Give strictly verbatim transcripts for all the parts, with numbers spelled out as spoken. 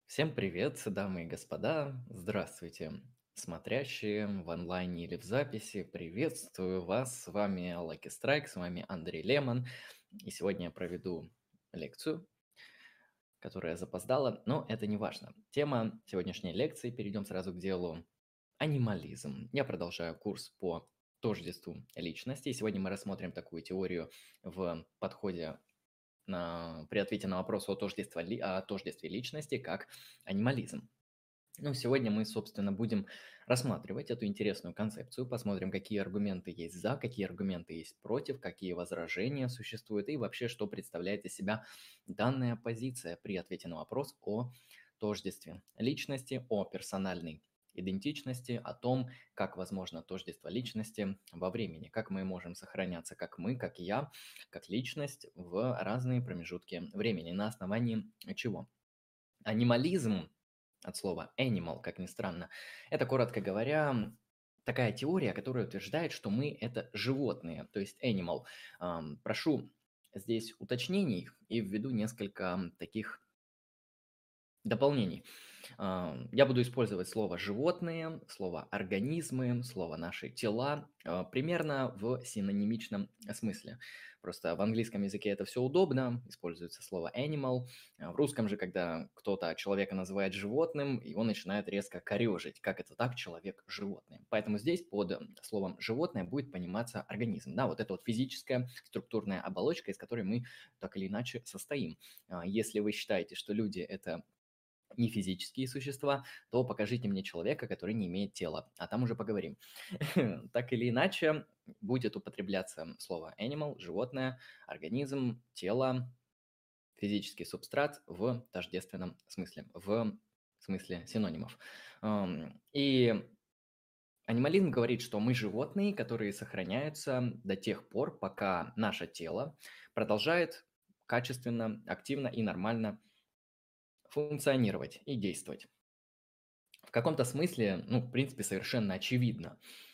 Всем привет, дамы и господа, здравствуйте, смотрящие в онлайне или в записи, приветствую вас, с вами Lucky Strike, с вами Андрей Лемон, и сегодня я проведу лекцию, которая запоздала, но это не важно. Тема сегодняшней лекции, перейдем сразу к делу, анимализм. Я продолжаю курс по тождеству личности, и сегодня мы рассмотрим такую теорию в подходе на, при ответе на вопрос о тождестве, ли- о тождестве личности, как анимализм. Ну, сегодня мы, собственно, будем рассматривать эту интересную концепцию, посмотрим, какие аргументы есть за, какие аргументы есть против, какие возражения существуют и вообще, что представляет из себя данная позиция при ответе на вопрос о тождестве личности, о персональной идентичности, о том, как возможно тождество личности во времени, как мы можем сохраняться, как мы, как я, как личность в разные промежутки времени, на основании чего. Анимализм от слова animal, как ни странно, это, коротко говоря, такая теория, которая утверждает, что мы это животные, то есть animal. Ам, прошу здесь уточнений и введу несколько таких дополнений. А, Я буду использовать слово «животные», слово «организмы», слово «наши тела» а, примерно в синонимичном смысле. Просто в английском языке это все удобно, используется слово animal. А В русском же, когда кто-то человека называет животным, его начинает резко корежить. Как это так, человек животное? Поэтому здесь под э, словом «животное» будет пониматься организм. Да, вот эта вот физическая структурная оболочка, из которой мы так или иначе состоим. А, Если вы считаете, что люди– это не физические существа, то покажите мне человека, который не имеет тела, а там уже поговорим. Так или иначе, будет употребляться слово animal, животное, организм, тело, физический субстрат в тождественном смысле, в смысле синонимов. Ам, И анимализм говорит, что мы животные, которые сохраняются до тех пор, пока наше тело продолжает качественно, активно и нормально функционировать и действовать. В каком-то смысле, ну, в принципе, совершенно очевидно,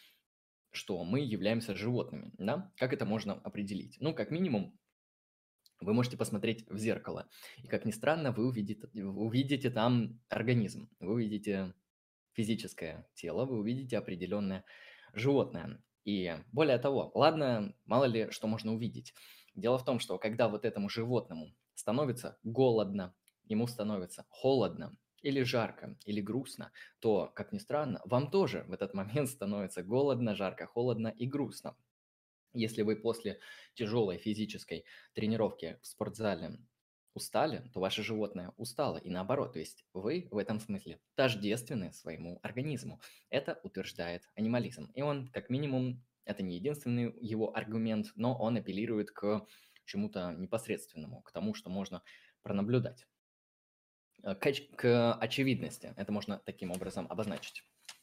что мы являемся животными, да? Как это можно определить? Ну, как минимум, вы можете посмотреть в зеркало, и, как ни странно, вы увидите, вы увидите там организм, вы увидите физическое тело, вы увидите определенное животное. И более того, ладно, мало ли что можно увидеть. Дело в том, что когда вот этому животному становится голодно, ему становится холодно, или жарко, или грустно, то, как ни странно, вам тоже в этот момент становится голодно, жарко, холодно и грустно. Если вы после тяжелой физической тренировки в спортзале устали, то ваше животное устало, и наоборот. То есть вы в этом смысле тождественны своему организму. Это утверждает анимализм. И он, как минимум, это не единственный его аргумент, но он апеллирует к чему-то непосредственному, к тому, что можно пронаблюдать. Э, К, оч- к очевидности. Это можно таким образом обозначить.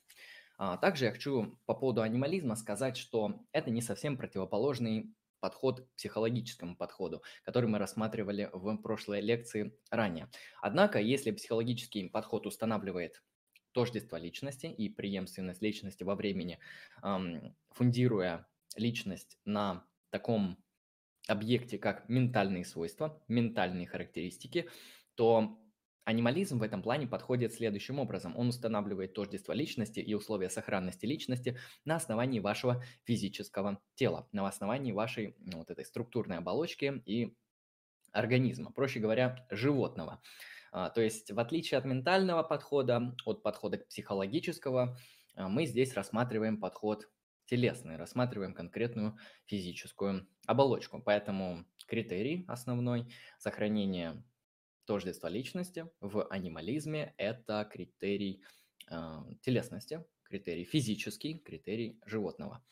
А, Также я хочу по поводу анимализма сказать, что это не совсем противоположный подход к психологическому подходу, который мы рассматривали в прошлой лекции ранее. Однако, если психологический подход устанавливает тождество личности и преемственность личности во времени, ам, фундируя личность на таком объекте, как ментальные свойства, ментальные характеристики, то анимализм в этом плане подходит следующим образом. Он устанавливает тождество личности и условия сохранности личности на основании вашего физического тела, на основании вашей ну, вот этой структурной оболочки и организма, проще говоря, животного. А, То есть, в отличие от ментального подхода, от подхода психологического, а, мы здесь рассматриваем подход телесный, рассматриваем конкретную физическую оболочку. Поэтому критерий основной сохранения тождества личности в анимализме– это критерий а, телесности, критерий физический, критерий животного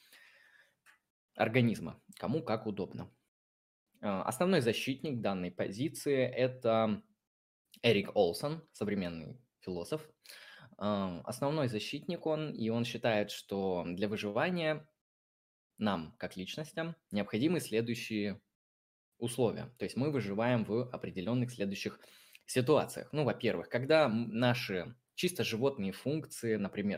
организма, кому как удобно. А, Основной защитник данной позиции– это Эрик Олсон, современный философ. А, Основной защитник он, и он считает, что для выживания нам, как личностям, необходимы следующие условия. То есть мы выживаем в определенных следующих ситуациях. Ну, во-первых, когда м- наши чисто животные функции, например,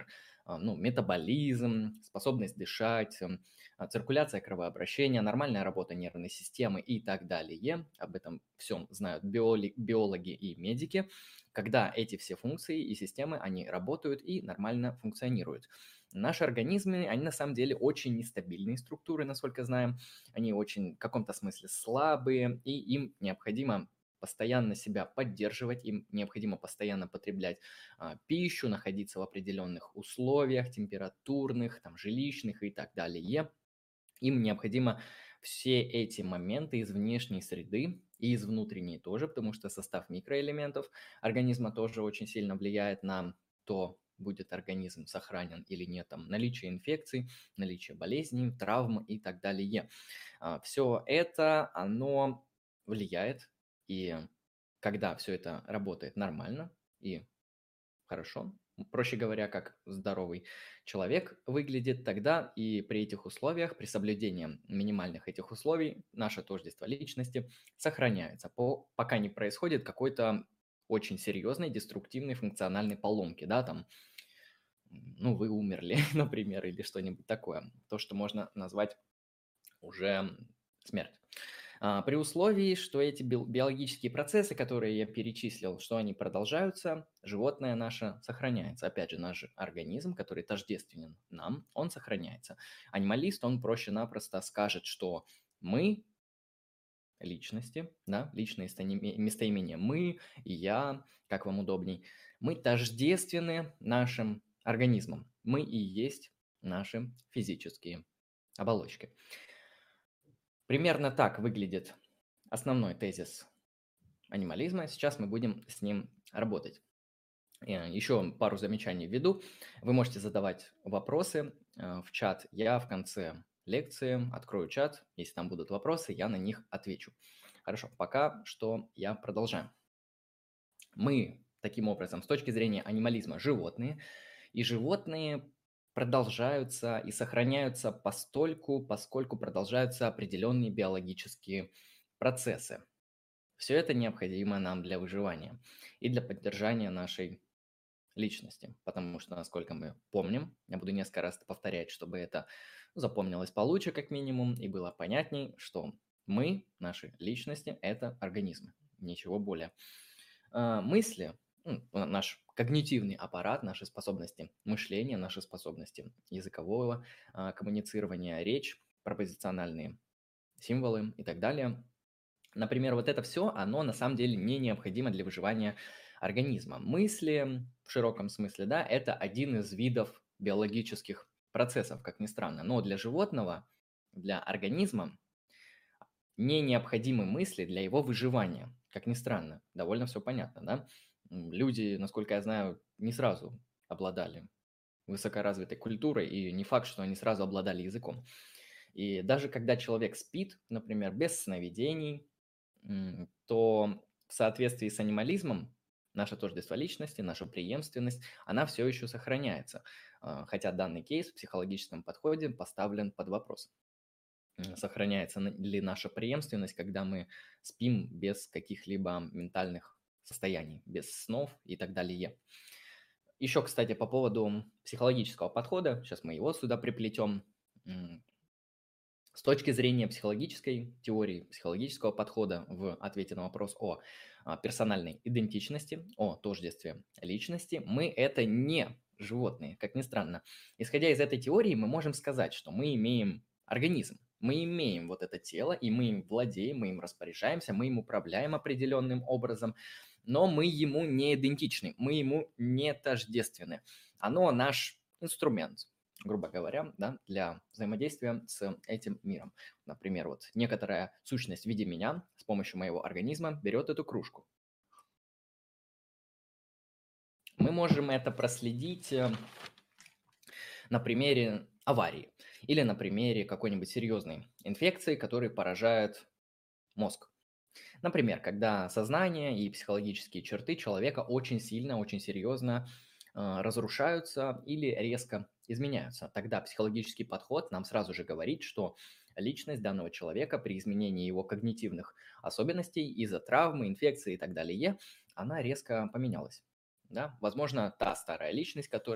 а, ну, метаболизм, способность дышать, м, а, циркуляция кровообращения, нормальная работа нервной системы и так далее. Об этом всем знают биоли- биологи и медики. Когда эти все функции и системы, они работают и нормально функционируют. Наши организмы, они на самом деле очень нестабильные структуры, насколько знаем. Они очень в каком-то смысле слабые, и им необходимо постоянно себя поддерживать, им необходимо постоянно потреблять а, пищу, находиться в определенных условиях, температурных, там, жилищных и так далее. Им необходимо все эти моменты из внешней среды и из внутренней тоже, потому что состав микроэлементов организма тоже очень сильно влияет на то, будет организм сохранен или нет, там, наличие инфекций, наличие болезней, травм и так далее. Все это, оно влияет, и когда все это работает нормально и хорошо, проще говоря, как здоровый человек выглядит, тогда и при этих условиях, при соблюдении минимальных этих условий, наше тождество личности сохраняется, по, пока не происходит какой-то очень серьезной деструктивной функциональной поломки, да, там, м, ну, вы умерли, например, или что-нибудь такое, то, что можно назвать уже смерть. А, При условии, что эти био- биологические процессы, которые я перечислил, что они продолжаются, животное наше сохраняется. Опять же, наш организм, который тождественен нам, он сохраняется. Анималист, он проще-напросто скажет, что мы личности, да, личное истоиме- местоимение мы и я, как вам удобней, мы тождественны нашим организмом. Мы и есть наши физические оболочки. Примерно так выглядит основной тезис анимализма. Сейчас мы будем с ним работать. Э, Еще пару замечаний введу. Вы можете задавать вопросы э, в чат. Я в конце лекции открою чат. Если там будут вопросы, я на них отвечу. Хорошо, пока что я продолжаю. Мы, таким образом, с точки зрения анимализма, животные, и животные продолжаются и сохраняются постольку, поскольку продолжаются определенные биологические процессы. Все это необходимо нам для выживания и для поддержания нашей личности, потому что, насколько мы помним, я буду несколько раз это повторять, чтобы это запомнилось получше, как минимум, и было понятней, что мы, наши личности, это организмы, ничего более. А, Мысли, м, э, наш когнитивный аппарат, наши способности мышления, наши способности языкового а, коммуницирования, речь, пропозициональные символы и так далее. Например, вот это все, оно на самом деле не необходимо для выживания организма. Мысли в широком смысле, да, это один из видов биологических процессов, как ни странно. Но для животного, для организма не необходимы мысли для его выживания, как ни странно. Довольно все понятно, да? М, Люди, насколько я знаю, не сразу обладали высокоразвитой культурой, и не факт, что они сразу обладали языком. И даже когда человек спит, например, без сновидений, м, то в соответствии с анимализмом наше тождество личности, наша преемственность, она все еще сохраняется. А, Хотя данный кейс в психологическом подходе поставлен под вопрос. М, Сохраняется н- ли наша преемственность, когда мы спим без каких-либо ментальных состояний, без снов и так далее. Еще, кстати, по поводу психологического подхода, сейчас мы его сюда приплетем. С точки зрения психологической теории, психологического подхода в ответе на вопрос о а, персональной идентичности, о тождестве личности, мы это не животные, как ни странно. Исходя из этой теории, мы можем сказать, что мы имеем организм, мы имеем вот это тело, и мы им владеем, мы им распоряжаемся, мы им управляем определенным образом, но мы ему не идентичны, мы ему не тождественны. Оно наш инструмент, грубо говоря, да, для взаимодействия с этим миром. Например, вот некоторая сущность в виде меня с помощью моего организма берет эту кружку. Мы можем это проследить э, на примере аварии или на примере какой-нибудь серьезной инфекции, которая поражает мозг. Например, когда сознание и психологические черты человека очень сильно, очень серьезно э, разрушаются или резко изменяются. Тогда психологический подход нам сразу же говорит, что личность данного человека при изменении его когнитивных особенностей из-за травмы, инфекции и так далее, она резко поменялась. Да? Возможно, та старая личность, которым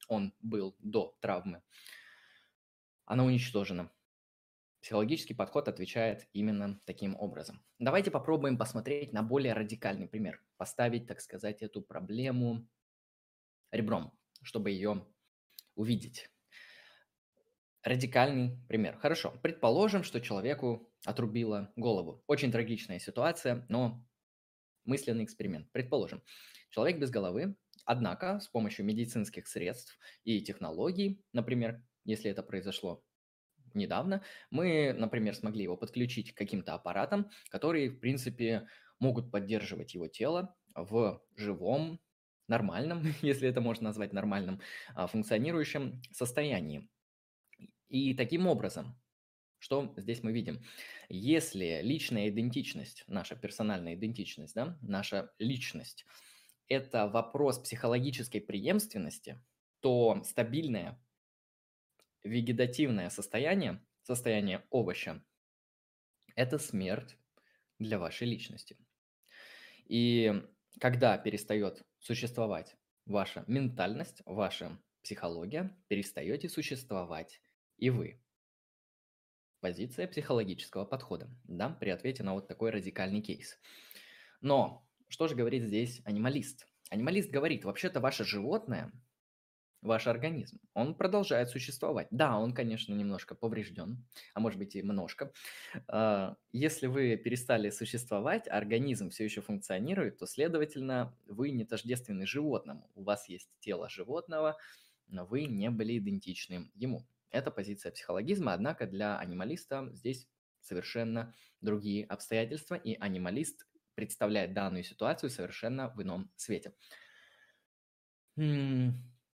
он был до травмы, она уничтожена. Психологический подход отвечает именно таким образом. Давайте попробуем посмотреть на более радикальный пример. Поставить, так сказать, эту проблему ребром, чтобы ее увидеть. Радикальный пример. Хорошо. Предположим, что человеку отрубило голову. Очень трагичная ситуация, но мысленный эксперимент. Предположим, человек без головы, однако с помощью медицинских средств и технологий, например, если это произошло недавно, мы, например, смогли его подключить к каким-то аппаратам, которые, в принципе, могут поддерживать его тело в живом, нормальном, если это можно назвать нормальным, а, функционирующем состоянии. И таким образом, что здесь мы видим? Если личная идентичность, наша персональная идентичность, да, наша личность– это вопрос психологической преемственности, то стабильное вегетативное состояние, состояние овоща– это смерть для вашей личности. И когда перестает существовать ваша ментальность, ваша психология, перестаете существовать и вы. Позиция психологического подхода, да, при ответе на вот такой радикальный кейс. Но что же говорит здесь анималист? Анималист говорит, вообще-то ваше животное, ваш организм, он продолжает существовать. Да, он, конечно, немножко поврежден, а может быть и немножко. А, Если вы перестали существовать, а организм все еще функционирует, то, следовательно, вы не тождественны животному. У вас есть тело животного, но вы не были идентичны ему. Это позиция психологизма, однако для анималиста здесь совершенно другие обстоятельства, и анималист представляет данную ситуацию совершенно в ином свете. М,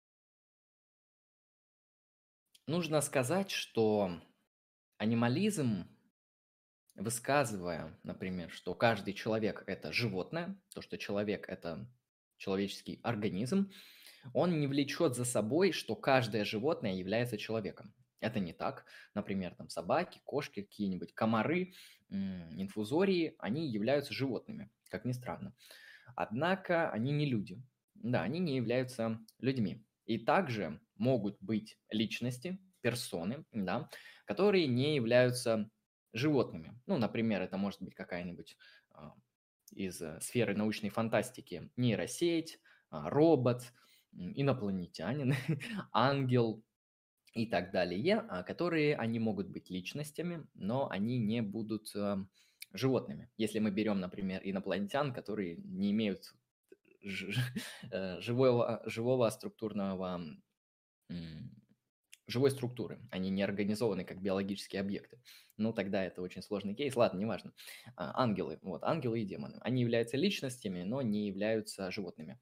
Нужно сказать, что анимализм, высказывая, например, что каждый человек– это животное, то, что человек– это человеческий организм, он не влечет за собой, что каждое животное является человеком. Это не так. Например, там собаки, кошки, какие-нибудь комары, м, инфузории, они являются животными, как ни странно. Однако они не люди. Да, они не являются людьми. И также могут быть личности, персоны, да, которые не являются животными. Ну, например, это может быть какая-нибудь а, из э, сферы научной фантастики нейросеть, а, робот, м, инопланетянин, ангел и так далее, а, которые они могут быть личностями, но они не будут э, животными. Если мы берем, например, инопланетян, которые не имеют ж- э, живого, живого структурного, м, живой структуры, они не организованы как биологические объекты. Ну, тогда это очень сложный кейс. Ладно, неважно. А, Ангелы, вот, ангелы и демоны. Они являются личностями, но не являются животными.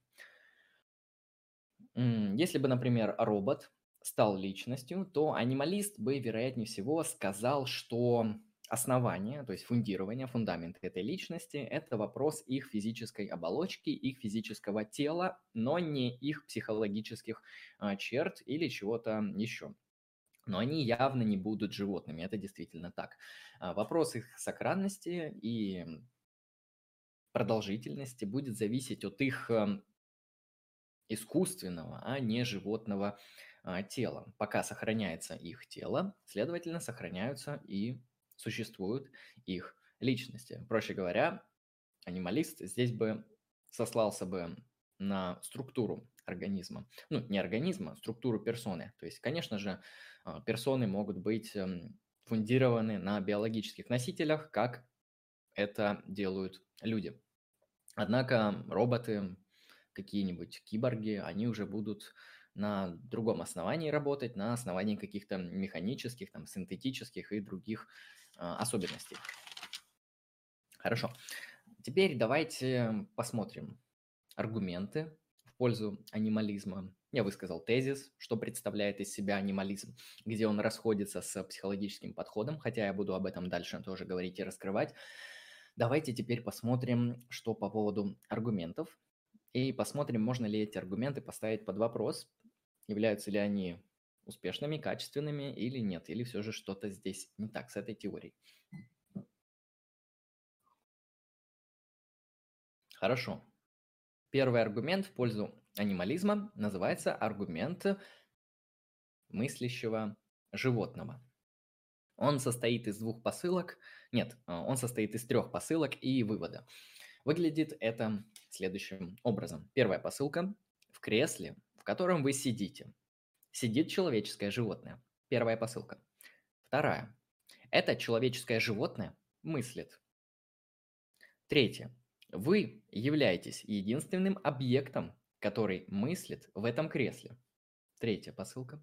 М, Если бы, например, робот стал личностью, то анималист бы, вероятнее всего, сказал, что основание, то есть фундирование, фундамент этой личности– это вопрос их физической оболочки, их физического тела, но не их психологических а, черт или чего-то еще. Но они явно не будут животными, это действительно так. А, Вопрос их сохранности и продолжительности будет зависеть от их эм, искусственного, а не животного а, тела. Пока сохраняется их тело, следовательно, сохраняются и существуют их личности. Проще говоря, анималист здесь бы сослался бы на структуру организма. Ну, не организма, а структуру персоны. То есть, конечно же, а, персоны могут быть эм, фундированы на биологических носителях, как это делают люди. Однако роботы, какие-нибудь киборги, они уже будут на другом основании работать, на основании каких-то механических, там, синтетических и других а, особенностей. Хорошо. Теперь давайте посмотрим аргументы в пользу анимализма. Я высказал тезис, что представляет из себя анимализм, где он расходится с психологическим подходом, хотя я буду об этом дальше тоже говорить и раскрывать. Давайте теперь посмотрим, что по поводу аргументов, и посмотрим, можно ли эти аргументы поставить под вопрос, являются ли они успешными, качественными или нет, или все же что-то здесь не так с этой теорией. Хорошо. Первый аргумент в пользу анимализма называется аргумент мыслящего животного. Он состоит из двух посылок. Нет, а, он состоит из трех посылок и вывода. Выглядит это следующим образом. Первая посылка. В кресле, в котором вы сидите, сидит человеческое животное. Первая посылка. Вторая. Это человеческое животное мыслит. Третье. Вы являетесь единственным объектом, который мыслит в этом кресле. Третья посылка.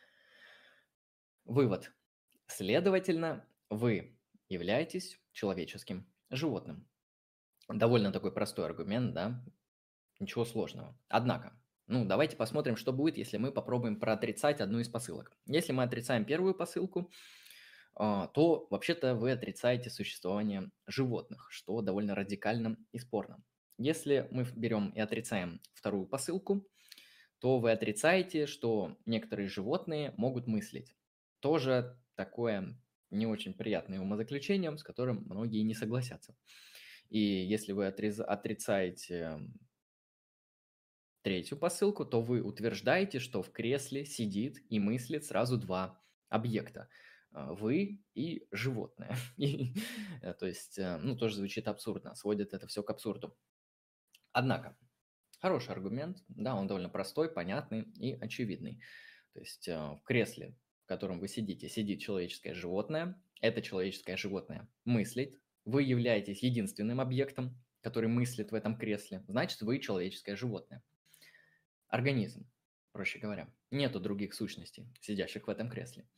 Вывод. Следовательно, вы являетесь человеческим животным. Довольно такой простой аргумент, да? Ничего сложного. Однако, ну, давайте посмотрим, что будет, если мы попробуем проотрицать одну из посылок. Если мы отрицаем первую посылку, а, то вообще-то вы отрицаете существование животных, что довольно радикально и спорно. Если мы берем и отрицаем вторую посылку, то вы отрицаете, что некоторые животные могут мыслить. Тоже такое не очень приятное умозаключение, с которым многие не согласятся. И если вы отриз- отрицаете третью посылку, то вы утверждаете, что в кресле сидит и мыслит сразу два объекта. А, Вы и животное. И, э, То есть, э, ну, тоже звучит абсурдно, сводит это все к абсурду. Однако, хороший аргумент, да, он довольно простой, понятный и очевидный. То есть э, в кресле, в котором вы сидите, сидит человеческое животное. Это человеческое животное мыслит. Вы являетесь единственным объектом, который мыслит в этом кресле. Значит, вы человеческое животное. Организм, проще говоря. Нету других сущностей, сидящих в этом кресле.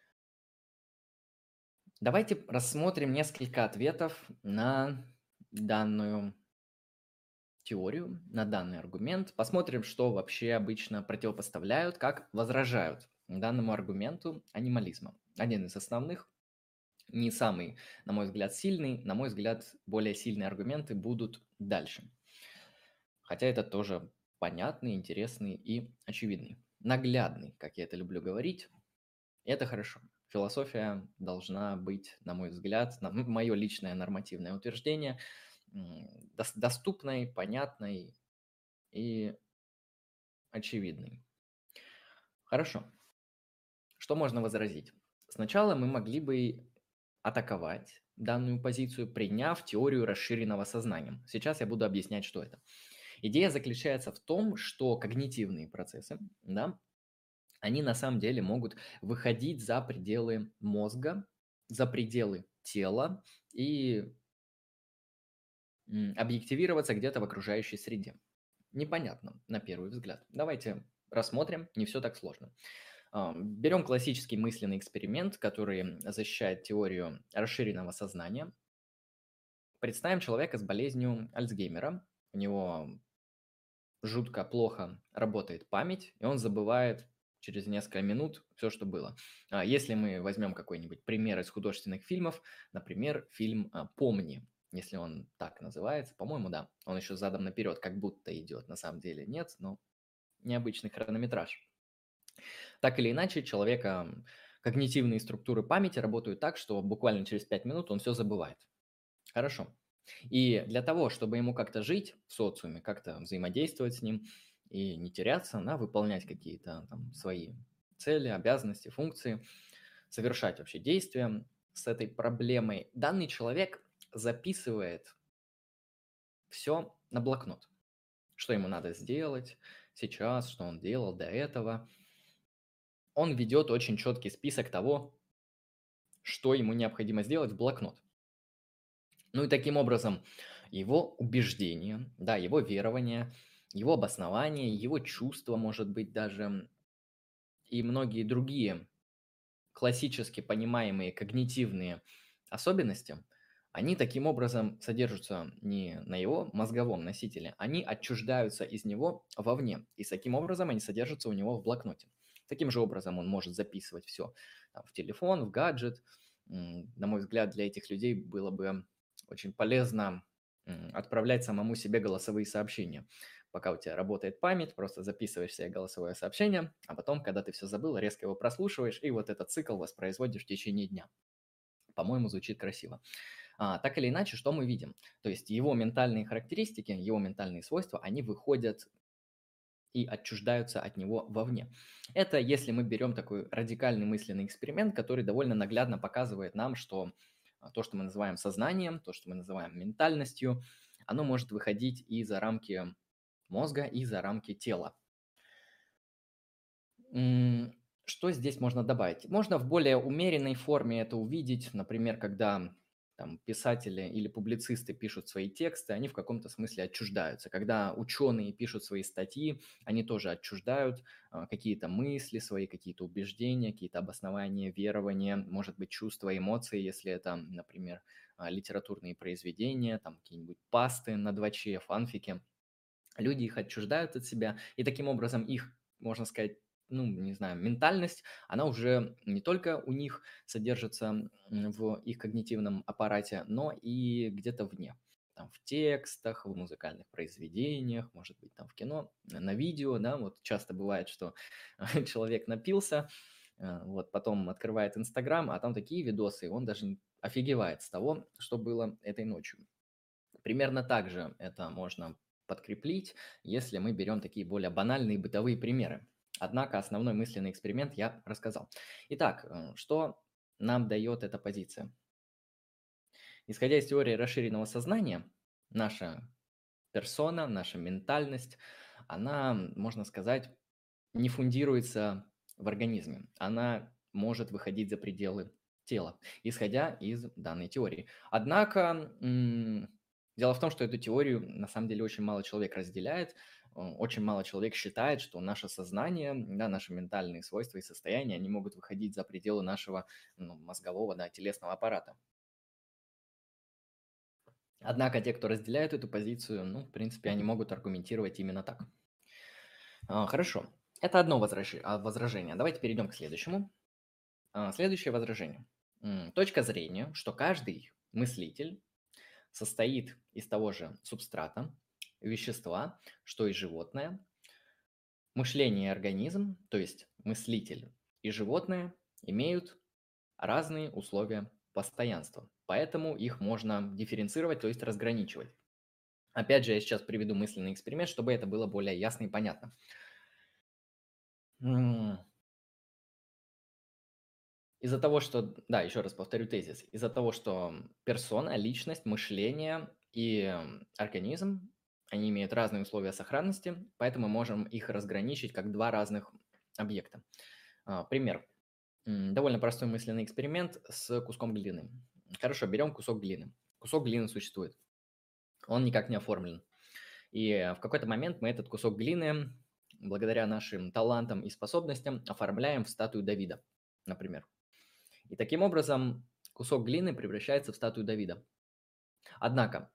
Давайте рассмотрим несколько ответов на данную теорию, на данный аргумент. Посмотрим, что вообще обычно противопоставляют, как возражают данному аргументу анимализма. Один из основных, не самый, на мой взгляд, сильный, на мой взгляд, более сильные аргументы будут дальше. Хотя это тоже понятный, интересный и очевидный. Наглядный, как я это люблю говорить, это хорошо. Философия должна быть, на мой взгляд, на мое личное нормативное утверждение, м, дос- доступной, понятной и очевидной. Хорошо. Что можно возразить? Сначала мы могли бы атаковать данную позицию, приняв теорию расширенного сознания. Сейчас я буду объяснять, что это. Идея заключается в том, что когнитивные процессы, да, они на самом деле могут выходить за пределы мозга, за пределы тела и м, объективироваться где-то в окружающей среде. Непонятно на первый взгляд. Давайте рассмотрим, не все так сложно. А, Берем классический мысленный эксперимент, который защищает теорию расширенного сознания. Представим человека с болезнью Альцгеймера. У него жутко плохо работает память, и он забывает через несколько минут все, что было. А, Если мы возьмем какой-нибудь пример из художественных фильмов, например, фильм а, «Помни», если он так называется, по-моему, да, он еще задом наперед, как будто идет, на самом деле нет, но необычный хронометраж. Так или иначе, человека когнитивные структуры памяти работают так, что буквально через пять минут он все забывает. Хорошо. И для того, чтобы ему как-то жить в социуме, как-то взаимодействовать с ним и не теряться, на выполнять какие-то там свои цели, обязанности, функции, совершать вообще действия с этой проблемой, данный человек записывает все на блокнот. Что ему надо сделать сейчас, что он делал до этого. Он ведет очень четкий список того, что ему необходимо сделать в блокнот. Ну и таким образом его убеждения, да, его верования, его обоснования, его чувства, может быть, даже и многие другие классически понимаемые когнитивные особенности, они таким образом содержатся не на его мозговом носителе, они отчуждаются из него вовне, и таким образом они содержатся у него в блокноте. Таким же образом он может записывать все в телефон, в гаджет. М, На мой взгляд, для этих людей было бы очень полезно м, отправлять самому себе голосовые сообщения. Пока у тебя работает память, просто записываешь себе голосовое сообщение, а потом, когда ты все забыл, резко его прослушиваешь, и вот этот цикл воспроизводишь в течение дня. По-моему, звучит красиво. А, так или иначе, что мы видим? То есть его ментальные характеристики, его ментальные свойства, они выходят и отчуждаются от него вовне. Это если мы берем такой радикальный мысленный эксперимент, который довольно наглядно показывает нам, что а, то, что мы называем сознанием, то, что мы называем ментальностью, оно может выходить и за рамки мозга, и за рамки тела. М, Что здесь можно добавить? Можно в более умеренной форме это увидеть, например, когда там, писатели или публицисты пишут свои тексты, они в каком-то смысле отчуждаются. Когда ученые пишут свои статьи, они тоже отчуждают а, какие-то мысли свои, какие-то убеждения, какие-то обоснования, верования, может быть, чувства, эмоции, если это, например, а, литературные произведения, там какие-нибудь пасты на дваче, фанфики. Люди их отчуждают от себя, и таким образом их, можно сказать, ну, не знаю, ментальность, она уже не только у них содержится м, в их когнитивном аппарате, но и где-то вне. Там в текстах, в музыкальных произведениях, может быть, там в кино, на видео, да, вот часто бывает, что человек напился, э, вот, потом открывает Инстаграм, а там такие видосы, и он даже офигевает с того, что было этой ночью. Примерно так же это можно подкреплить, если мы берем такие более банальные бытовые примеры. Однако основной мысленный эксперимент я рассказал. Итак, э, что нам дает эта позиция? Исходя из теории расширенного сознания, наша персона, наша ментальность, она, можно сказать, не фундируется в организме. Она может выходить за пределы тела, исходя из данной теории. Однако, м, дело в том, что эту теорию на самом деле очень мало человек разделяет, э, очень мало человек считает, что наше сознание, да, наши ментальные свойства и состояния, они могут выходить за пределы нашего ну, мозгового, да, телесного аппарата. Однако те, кто разделяют эту позицию, ну, в принципе, они могут аргументировать именно так. А, Хорошо. Это одно возраж- а, возражение. Давайте перейдем к следующему. А, Следующее возражение. М, Точка зрения, что каждый мыслитель состоит из того же субстрата, вещества, что и животное. Мышление и организм, то есть мыслитель и животное, имеют разные условия постоянства. Поэтому их можно дифференцировать, то есть разграничивать. Опять же, я сейчас приведу мысленный эксперимент, чтобы это было более ясно и понятно. М, Из-за того, что, да, еще раз повторю тезис, из-за того, что персона, личность, мышление и м, организм, они имеют разные условия сохранности, поэтому мы можем их разграничить как два разных объекта. А, Пример. М, Довольно простой мысленный эксперимент с куском глины. Хорошо, берем кусок глины. Кусок глины существует, он никак не оформлен. И э, в какой-то момент мы этот кусок глины, благодаря нашим талантам и способностям, оформляем в статую Давида, например. И таким образом кусок глины превращается в статую Давида. Однако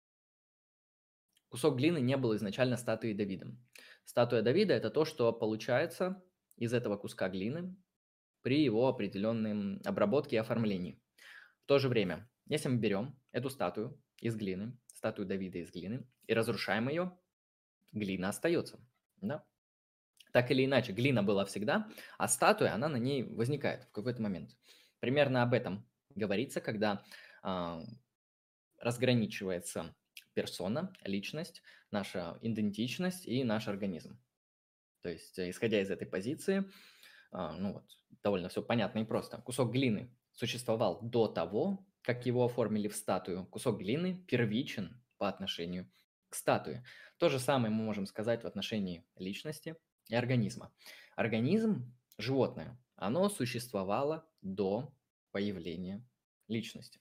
кусок глины не был изначально статуей Давида. Статуя Давида – это то, что получается из этого куска глины при его определенной обработке и оформлении. В то же время, если мы берем эту статую из глины, статую Давида из глины, и разрушаем ее, глина остается. Да? Так или иначе, глина была всегда, а статуя, она на ней возникает в какой-то момент. Примерно об этом говорится, когда а, разграничивается персона, личность, наша идентичность и наш организм. То есть, э, исходя из этой позиции, а, ну вот, довольно все понятно и просто. Кусок глины существовал до того, как его оформили в статую. Кусок глины первичен по отношению к статуе. То же самое мы можем сказать в отношении личности и организма. Организм, животное, оно существовало до появления личности.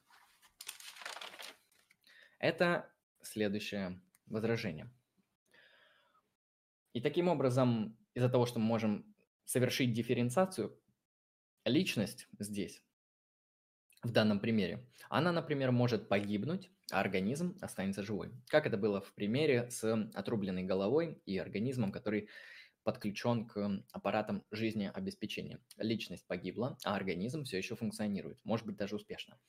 Это следующее возражение. И таким образом, из-за того, что мы можем совершить дифференциацию, личность здесь, в данном примере, она, например, может погибнуть, а организм останется живой. Как это было в примере с отрубленной головой и организмом, который подключен к аппаратам жизнеобеспечения. Личность погибла, а организм все еще функционирует, может быть, даже успешно.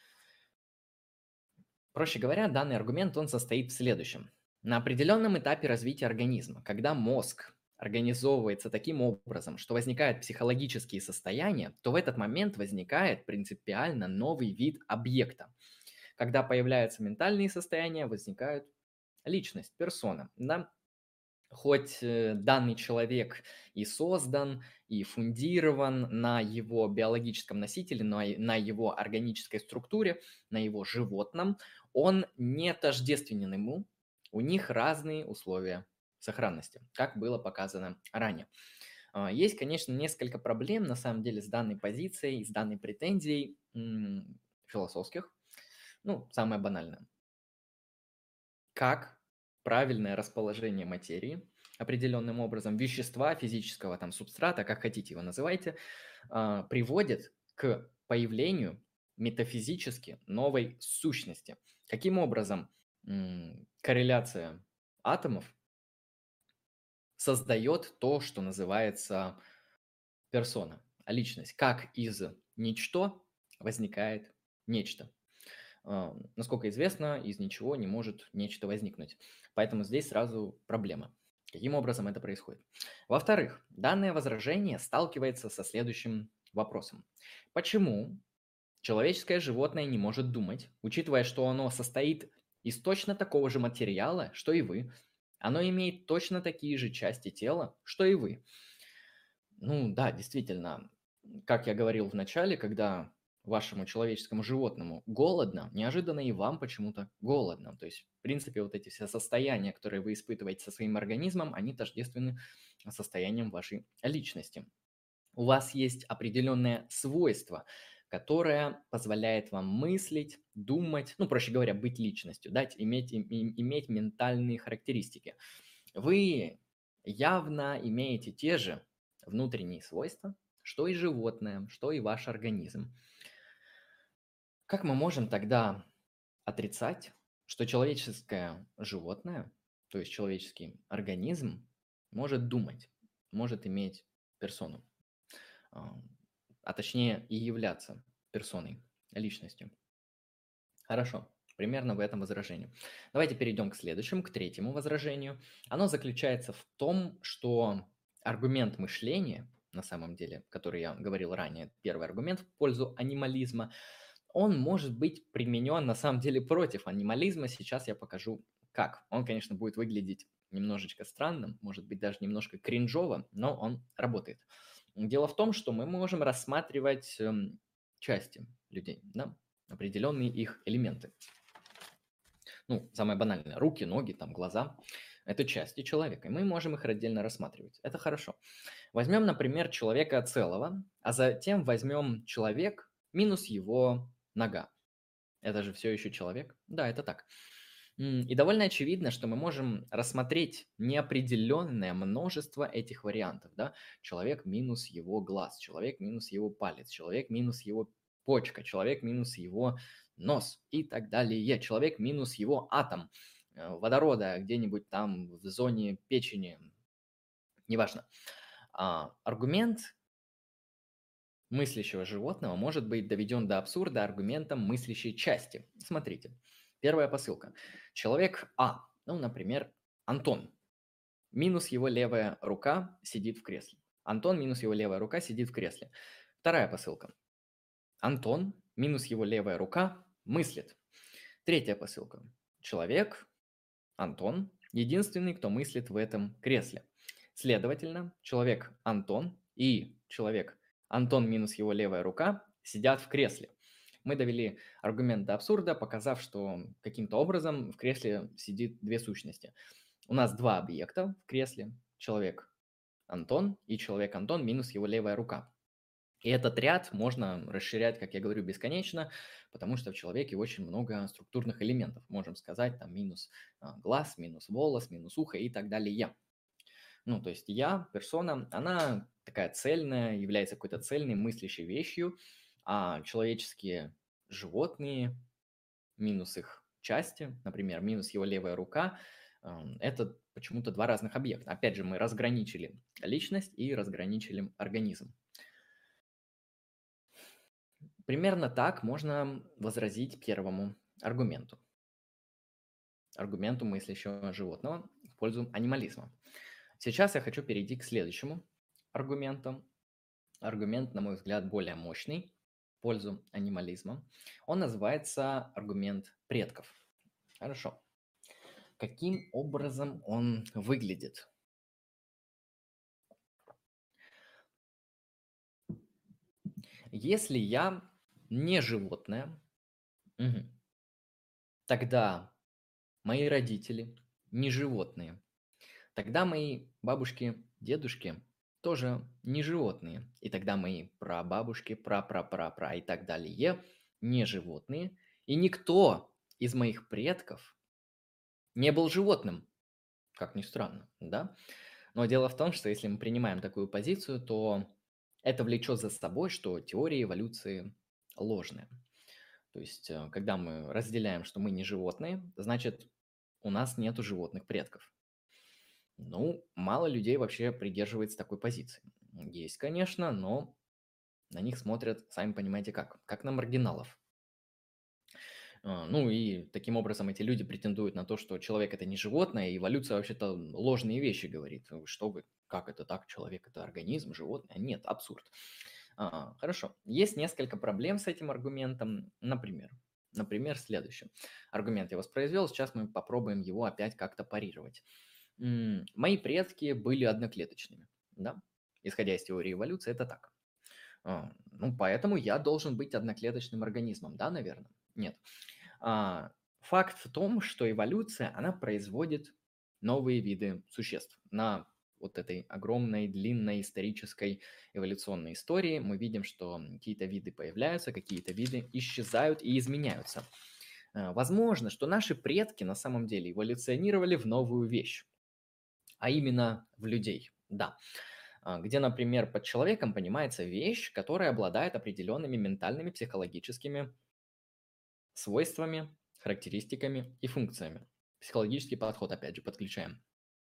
Проще говоря, данный аргумент, он состоит в следующем. На определенном этапе развития организма, когда мозг организовывается таким образом, что возникают психологические состояния, то в этот момент возникает принципиально новый вид объекта. Когда появляются ментальные состояния, возникают личность, персона. Да? Хоть э, данный человек и создан, и фундирован на его биологическом носителе, на, е- на его органической структуре, на его животном, он не тождественен ему, у них разные условия сохранности, как было показано ранее. А, Есть, конечно, несколько проблем на самом деле с данной позицией, с данной претензией м, философских. Ну, самое банальное. Как правильное расположение материи определенным образом, вещества, физического там субстрата, как хотите его называйте, а, приводит к появлению метафизически новой сущности. Каким образом м, корреляция атомов создает то, что называется персона, личность? Как из ничто возникает нечто? А, насколько известно, из ничего не может нечто возникнуть. Поэтому здесь сразу проблема. Каким образом это происходит? Во-вторых, данное возражение сталкивается со следующим вопросом. Почему человеческое животное не может думать, учитывая, что оно состоит из точно такого же материала, что и вы? Оно имеет точно такие же части тела, что и вы. Ну да, действительно, как я говорил в начале, когда вашему человеческому животному голодно, неожиданно и вам почему-то голодно. То есть, в принципе, вот эти все состояния, которые вы испытываете со своим организмом, они тождественны состоянием вашей личности. У вас есть определенное свойство, которое позволяет вам мыслить, думать, ну, проще говоря, быть личностью, дать, иметь, им- им- иметь ментальные характеристики. Вы явно имеете те же внутренние свойства, что и животное, что и ваш организм. Как мы можем тогда отрицать, что человеческое животное, то есть человеческий организм, может думать, может иметь персону, а а точнее и являться персоной, личностью? Хорошо, примерно в этом возражении. Давайте перейдем к следующему, к третьему возражению. Оно заключается в том, что аргумент мышления, на самом деле, который я говорил ранее, первый аргумент в пользу анимализма, он может быть применен на самом деле против анимализма. Сейчас я покажу как. Он, конечно, будет выглядеть немножечко странным, может быть даже немножко кринжово, но он работает. Дело в том, что мы можем рассматривать эм, части людей, да, определенные их элементы. Ну, самое банальное, руки, ноги, там, глаза– это части человека, и мы можем их отдельно рассматривать. Это хорошо. Возьмем, например, человека целого, а затем возьмем человек минус его нога. Это же все еще человек? Да, это так. М, И довольно очевидно, что мы можем рассмотреть неопределенное множество этих вариантов. Да? Человек минус его глаз, человек минус его палец, человек минус его почка, человек минус его нос и так далее. Человек минус его атом э, водорода где-нибудь там в зоне печени, неважно. А, аргумент мыслящего животного может быть доведен до абсурда аргументом мыслящей части. Смотрите, первая посылка. Человек А, ну, например, Антон, минус его левая рука сидит в кресле. Антон минус его левая рука сидит в кресле. Вторая посылка. Антон минус его левая рука мыслит. Третья посылка. Человек, Антон, единственный, кто мыслит в этом кресле. Следовательно, человек Антон и человек Антон минус его левая рука сидят в кресле. Мы довели аргумент до абсурда, показав, что каким-то образом в кресле сидит две сущности. У нас два объекта в кресле. Человек Антон и человек Антон минус его левая рука. И этот ряд можно расширять, как я говорю, бесконечно, потому что в человеке очень много структурных элементов. Можем сказать, там минус а, глаз, минус волос, минус ухо и так далее. Ну, то есть я, персона, она такая цельная, является какой-то цельной мыслящей вещью, а человеческие животные, минус их части, например, минус его левая рука, ам, это почему-то два разных объекта. Опять же, мы разграничили личность и разграничили организм. Примерно так можно возразить первому аргументу, аргументу мыслящего животного в пользу анимализма. Сейчас я хочу перейти к следующему аргументу. Аргумент, на мой взгляд, более мощный в пользу анимализма. Он называется аргумент предков. Хорошо. Каким образом он выглядит? Если я не животное, мгм, тогда мои родители не животные. Тогда мои бабушки, дедушки тоже не животные. И тогда мои прабабушки, пра-пра-пра-пра и так далее не животные. И никто из моих предков не был животным, как ни странно, да? Но дело в том, что если мы принимаем такую позицию, то это влечет за собой, что теория эволюции ложная. То есть, э, когда мы разделяем, что мы не животные, значит, у нас нету животных предков. Ну, мало людей вообще придерживается такой позиции. Есть, конечно, но на них смотрят, сами понимаете как, как на маргиналов. А, Ну и таким образом эти люди претендуют на то, что человек это не животное, и эволюция вообще-то ложные вещи говорит. Вы Что вы, как это так, человек это организм, животное? Нет, абсурд. А, хорошо, есть несколько проблем с этим аргументом. Например, например, следующее. Аргумент я воспроизвел, сейчас мы попробуем его опять как-то парировать. М, Мои предки были одноклеточными, да? Исходя из теории эволюции, это так. А, Ну, поэтому я должен быть одноклеточным организмом, да, наверное? Нет. А, Факт в том, что эволюция, она производит новые виды существ. На вот этой огромной, длинной исторической эволюционной истории мы видим, что какие-то виды появляются, какие-то виды исчезают и изменяются. А, Возможно, что наши предки на самом деле эволюционировали в новую вещь, а именно в людей. Да, А, где, например, под человеком понимается вещь, которая обладает определенными ментальными, психологическими свойствами, характеристиками и функциями. Психологический подход, опять же, подключаем.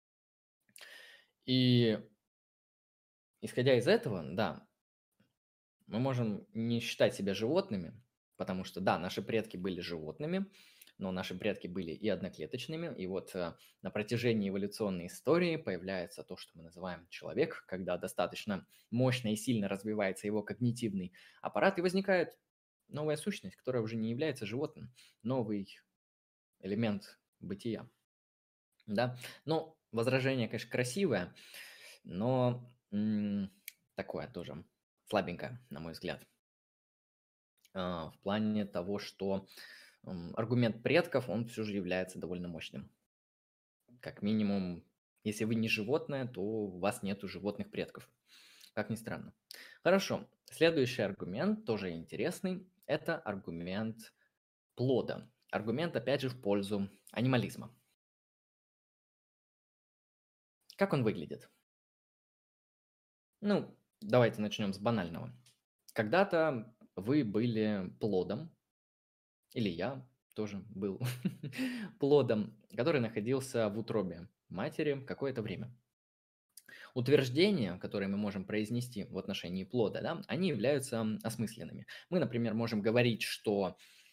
И исходя из этого, да, мы можем не считать себя животными, потому что, да, наши предки были животными, но наши предки были и одноклеточными, и вот э, на протяжении эволюционной истории появляется то, что мы называем человек, когда достаточно мощно и сильно развивается его когнитивный аппарат, и возникает новая сущность, которая уже не является животным, новый элемент бытия, да. Ну, возражение, конечно, красивое, но м, такое тоже слабенькое, на мой взгляд. а, в плане того, что м, аргумент предков, он все же является довольно мощным. Как минимум, если вы не животное, то у вас нету животных предков. Как ни странно. Хорошо. Следующий аргумент, тоже интересный, это аргумент плода. Аргумент, опять же, в пользу анимализма. Как он выглядит? Ну, давайте начнем с банального. Когда-то вы были плодом, или я тоже был плодом, который находился в утробе матери какое-то время. Утверждения, которые мы можем произнести в отношении плода, да, они являются м, осмысленными. Мы, например, можем говорить, что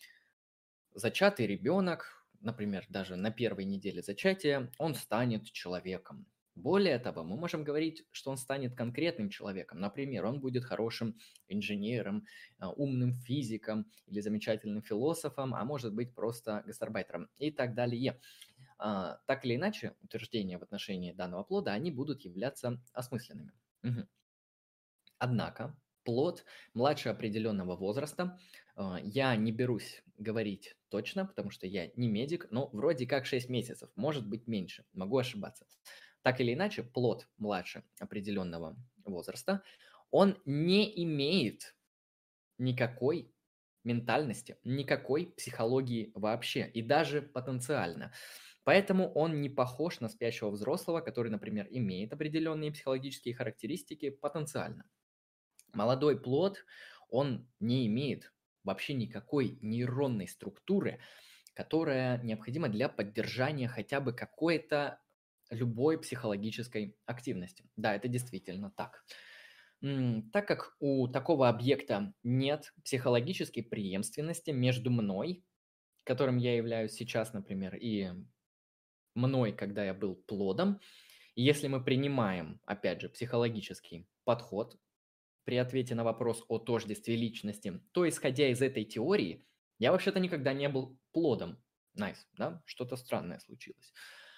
зачатый ребенок, например, даже на первой неделе зачатия, он станет человеком. Более того, мы можем говорить, что он станет конкретным человеком. Например, он будет хорошим инженером, а, умным физиком или замечательным философом, а может быть просто гастарбайтером и так далее. А, Так или иначе, утверждения в отношении данного плода, они будут являться осмысленными. Мгм. Однако плод младше определенного возраста, а, я не берусь говорить точно, потому что я не медик, но вроде как шесть месяцев, может быть меньше, могу ошибаться. Так или иначе, плод младше определенного возраста, он не имеет никакой ментальности, никакой психологии вообще, и даже потенциально. Поэтому он не похож на спящего взрослого, который, например, имеет определенные психологические характеристики потенциально. Молодой плод, он не имеет вообще никакой нейронной структуры, которая необходима для поддержания хотя бы какой-то любой психологической активности. Да, это действительно так. М, Так как у такого объекта нет психологической преемственности между мной, которым я являюсь сейчас, например, и мной, когда я был плодом, и если мы принимаем, опять же, психологический подход, при ответе на вопрос о тождестве личности, то, исходя из этой теории, я вообще-то никогда не был плодом. Найс, да? Что-то странное случилось.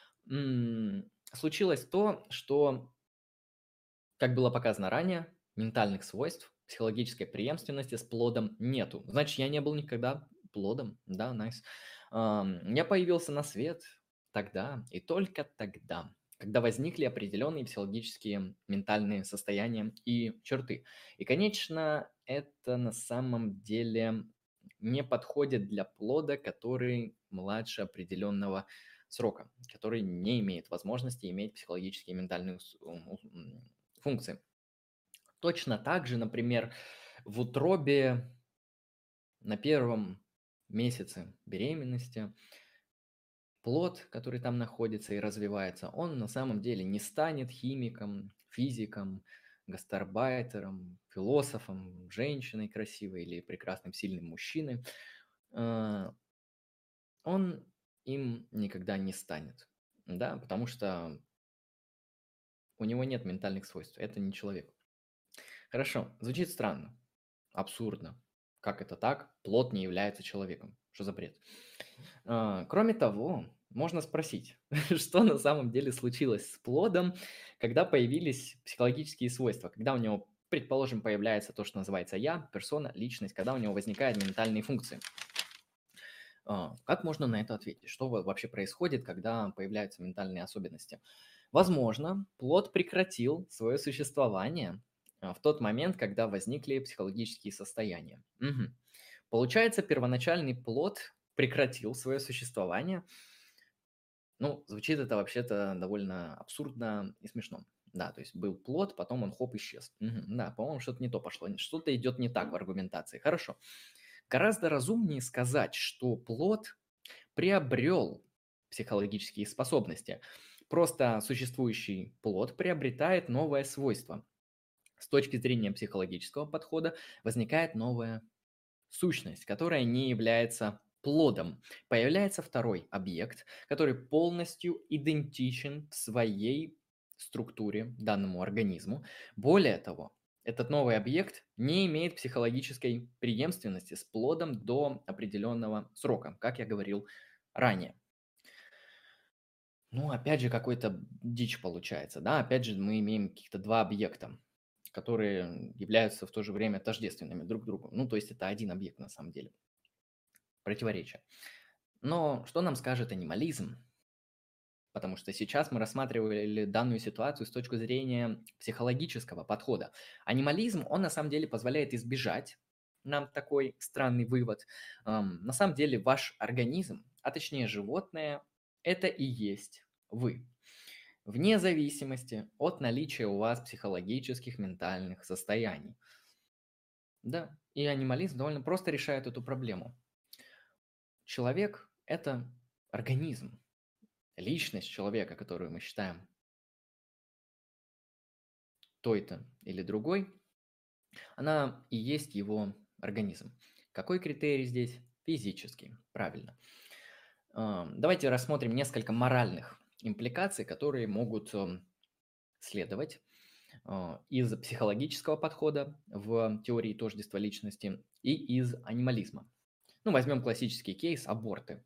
М, Случилось то, что, как было показано ранее, ментальных свойств психологической преемственности с плодом нету. Значит, я не был никогда плодом. Да, найс. Ам, я появился на свет тогда и только тогда, когда возникли определенные психологические ментальные состояния и черты. И, конечно, это на самом деле не подходит для плода, который младше определенного срока, который не имеет возможности иметь психологические и ментальные ус- ум- ум, функции. Точно так же, например, в утробе на первом месяце беременности плод, который там находится и развивается, он на самом деле не станет химиком, физиком, гастарбайтером, философом, женщиной красивой или прекрасным сильным мужчиной. Э, Он им никогда не станет, да, потому что у него нет ментальных свойств, это не человек. Хорошо, звучит странно, абсурдно. Как это так? Плод не является человеком. Что за бред? А, Кроме того, можно спросить, что на самом деле случилось с плодом, когда появились психологические свойства, когда у него, предположим, появляется то, что называется я, персона, личность, когда у него возникают ментальные функции. А, Как можно на это ответить? Что во- вообще происходит, когда появляются ментальные особенности? Возможно, плод прекратил свое существование а, в тот момент, когда возникли психологические состояния. Мгм. Получается, первоначальный плод прекратил свое существование. Ну, звучит это вообще-то довольно абсурдно и смешно. Да, то есть был плод, потом он хоп, исчез. Мгм. Да, по-моему, что-то не то пошло. Что-то идет не так в аргументации. Хорошо. Гораздо разумнее сказать, что плод приобрел психологические способности. Просто существующий плод приобретает новое свойство. С точки зрения психологического подхода возникает новая сущность, которая не является плодом. Появляется второй объект, который полностью идентичен в своей структуре данному организму. Более того, этот новый объект не имеет психологической преемственности с плодом до определенного срока, как я говорил ранее. Ну, опять же, какой-то дичь получается, да, опять же, мы имеем каких-то два объекта, которые являются в то же время тождественными друг другу. Ну, то есть это один объект на самом деле. Противоречия. Но что нам скажет анимализм? Потому что сейчас мы рассматривали данную ситуацию с точки зрения психологического подхода. Анимализм, он на самом деле позволяет избежать нам такой странный вывод. Ам, на самом деле ваш организм, а точнее животное, это и есть вы. Вне зависимости от наличия у вас психологических, ментальных состояний. Да, и анимализм довольно просто решает эту проблему. Человек– это организм, личность человека, которую мы считаем той-то или другой, она и есть его организм. Какой критерий здесь? Физический, правильно. А, Давайте рассмотрим несколько моральных импликаций, которые могут эм, следовать а, из психологического подхода в теории тождества личности и из анимализма. Ну, возьмем классический кейс– аборты.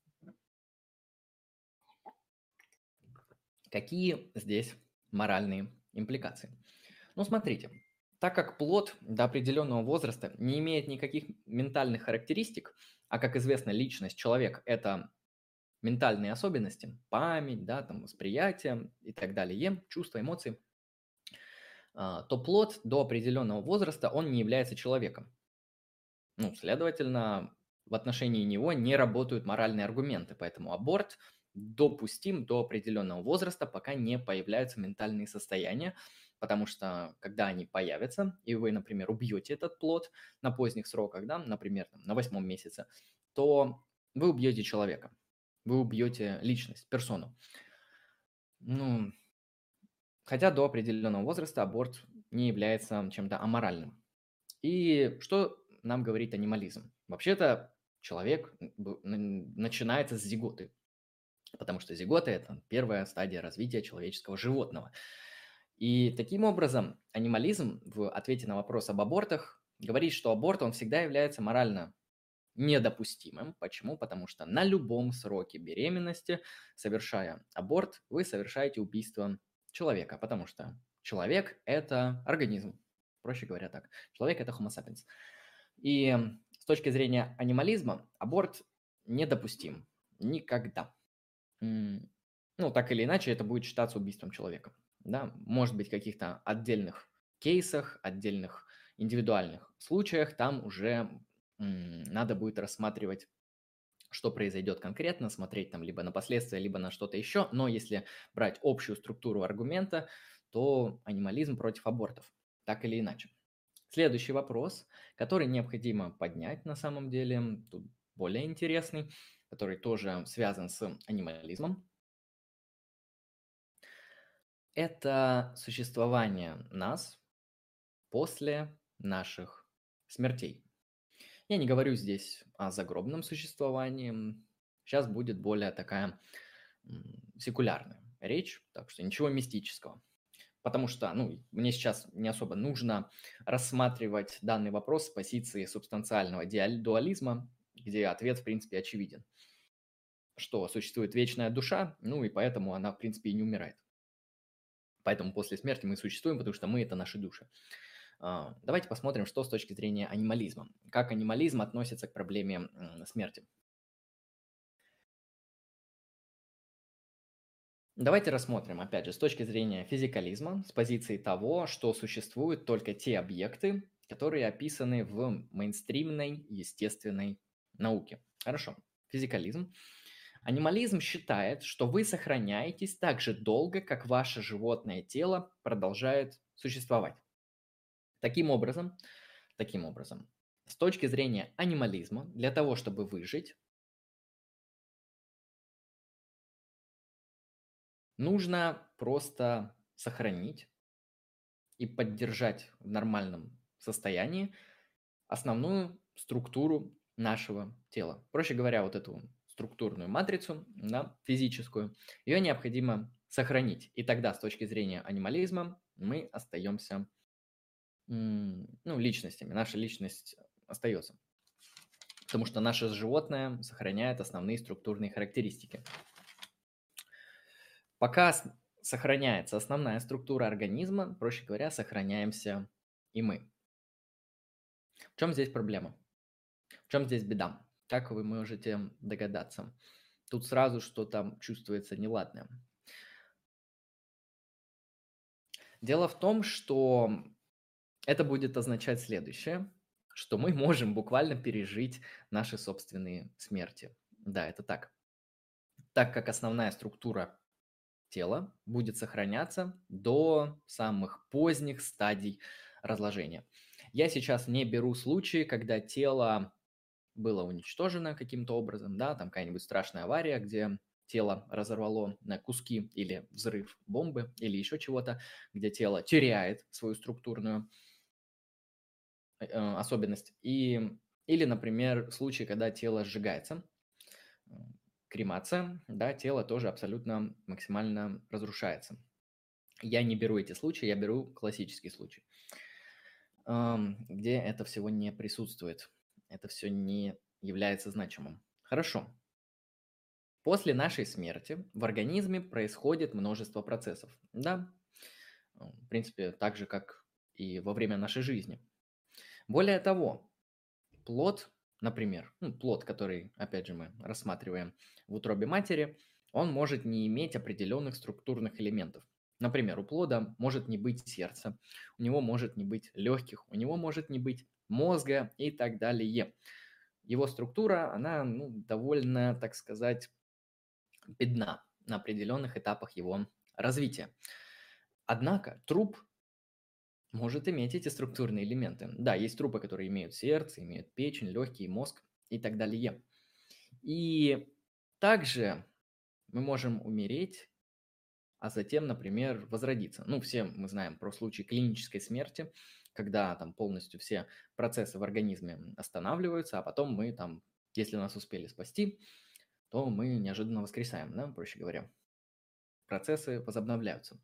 Какие здесь моральные импликации? Ну, смотрите, так как плод до определенного возраста не имеет никаких ментальных характеристик, а, как известно, личность, человек– это ментальные особенности, память, да, там, восприятие и так далее, чувства, эмоции, а, то плод до определенного возраста, он не является человеком. Ну, следовательно, в отношении него не работают моральные аргументы, поэтому аборт допустим до определенного возраста, пока не появляются ментальные состояния, потому что когда они появятся, и вы, например, убьете этот плод на поздних сроках, да, например, там, на восьмом месяце, то вы убьете человека, вы убьете личность, персону. Ну, хотя до определенного возраста аборт не является чем-то аморальным. И что нам говорит анимализм? Вообще-то человек б- н- начинается с зиготы, потому что зигота– это первая стадия развития человеческого животного. И таким образом анимализм в ответе на вопрос об абортах говорит, что аборт, он всегда является морально недопустимым. Почему? Потому что на любом сроке беременности, совершая аборт, вы совершаете убийство человека, потому что человек– это организм. Проще говоря так. Человек– это Homo sapiens. И с точки зрения анимализма аборт недопустим. Никогда. М, Ну, так или иначе, это будет считаться убийством человека. Да? Может быть, в каких-то отдельных кейсах, отдельных индивидуальных случаях там уже м, надо будет рассматривать, что произойдет конкретно, смотреть там либо на последствия, либо на что-то еще. Но если брать общую структуру аргумента, то анимализм против абортов, так или иначе. Следующий вопрос, который необходимо поднять на самом деле, тут более интересный, который тоже связан с анимализмом. Это существование нас после наших смертей. Я не говорю здесь о загробном существовании. Сейчас будет более такая м, секулярная речь, так что ничего мистического. Потому что, ну, мне сейчас не особо нужно рассматривать данный вопрос с позиции субстанциального диаль- дуализма, где ответ, в принципе, очевиден, что существует вечная душа, ну и поэтому она, в принципе, и не умирает. Поэтому после смерти мы существуем, потому что мы– это наши души. А, Давайте посмотрим, что с точки зрения анимализма. Как анимализм относится к проблеме м, смерти. Давайте рассмотрим, опять же, с точки зрения физикализма, с позиции того, что существуют только те объекты, которые описаны в мейнстримной естественной науке. Хорошо. Физикализм. Анимализм считает, что вы сохраняетесь так же долго, как ваше животное тело продолжает существовать. Таким образом, таким образом, с точки зрения анимализма, для того, чтобы выжить, нужно просто сохранить и поддержать в нормальном состоянии основную структуру нашего тела. Проще говоря, вот эту структурную матрицу, да, физическую, ее необходимо сохранить. И тогда с точки зрения анимализма мы остаемся м, ну, личностями. Наша личность остается. Потому что наше животное сохраняет основные структурные характеристики. Пока с- сохраняется основная структура организма, проще говоря, сохраняемся и мы. В чем здесь проблема? В чем здесь беда? Как вы можете догадаться? Тут сразу что-то чувствуется неладное. Дело в том, что это будет означать следующее, что мы можем буквально пережить наши собственные смерти. Да, это так. Так как основная структура тела будет сохраняться до самых поздних стадий разложения. Я сейчас не беру случаи, когда тело было уничтожено каким-то образом, да, там какая-нибудь страшная авария, где тело разорвало на куски, или взрыв бомбы, или еще чего-то, где тело теряет свою структурную э, э, особенность. И, или, например, случай, когда тело сжигается, э, кремация, да, тело тоже абсолютно максимально разрушается. Я не беру эти случаи, я беру классический случай, ам, где это всего не присутствует, это все не является значимым. Хорошо. После нашей смерти в организме происходит множество процессов. Да, э, в принципе, так же, как и во время нашей жизни. Более того, плод, например, ну, плод, который, опять же, мы рассматриваем в утробе матери, он может не иметь определенных структурных элементов. Например, у плода может не быть сердца, у него может не быть легких, у него может не быть мозга и так далее. Его структура, она ну, довольно, так сказать, бедна на определенных этапах его развития. Однако труп может иметь эти структурные элементы. Да, есть трупы, которые имеют сердце, имеют печень, легкие, мозг и так далее. И также мы можем умереть, а затем, например, возродиться. Ну, все мы знаем про случай клинической смерти, когда там полностью все процессы в организме останавливаются, а потом мы там, если нас успели спасти, то мы неожиданно воскресаем, да, проще говоря. Процессы возобновляются.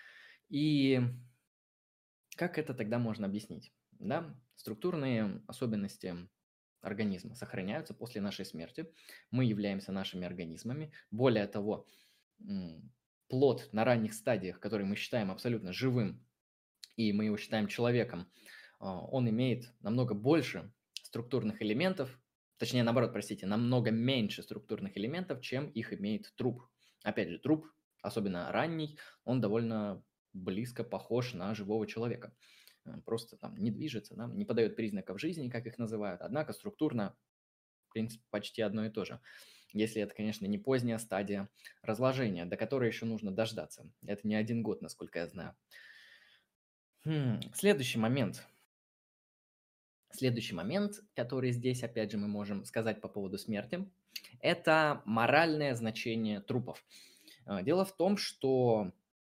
И как это тогда можно объяснить? Да? Структурные особенности организма сохраняются после нашей смерти. Мы являемся нашими организмами. Более того, м, плод на ранних стадиях, который мы считаем абсолютно живым, и мы его считаем человеком, а, он имеет намного больше структурных элементов, точнее, наоборот, простите, намного меньше структурных элементов, чем их имеет труп. Опять же, труп, особенно ранний, он довольно близко похож на живого человека. Э, Просто там не движется, да, не подает признаков жизни, как их называют, однако структурно, в принципе, почти одно и то же. Если это, конечно, не поздняя стадия разложения, до которой еще нужно дождаться. Это не один год, насколько я знаю. Хм, Следующий момент. Следующий момент, который здесь, опять же, мы можем сказать по поводу смерти, это моральное значение трупов. Э, Дело в том, что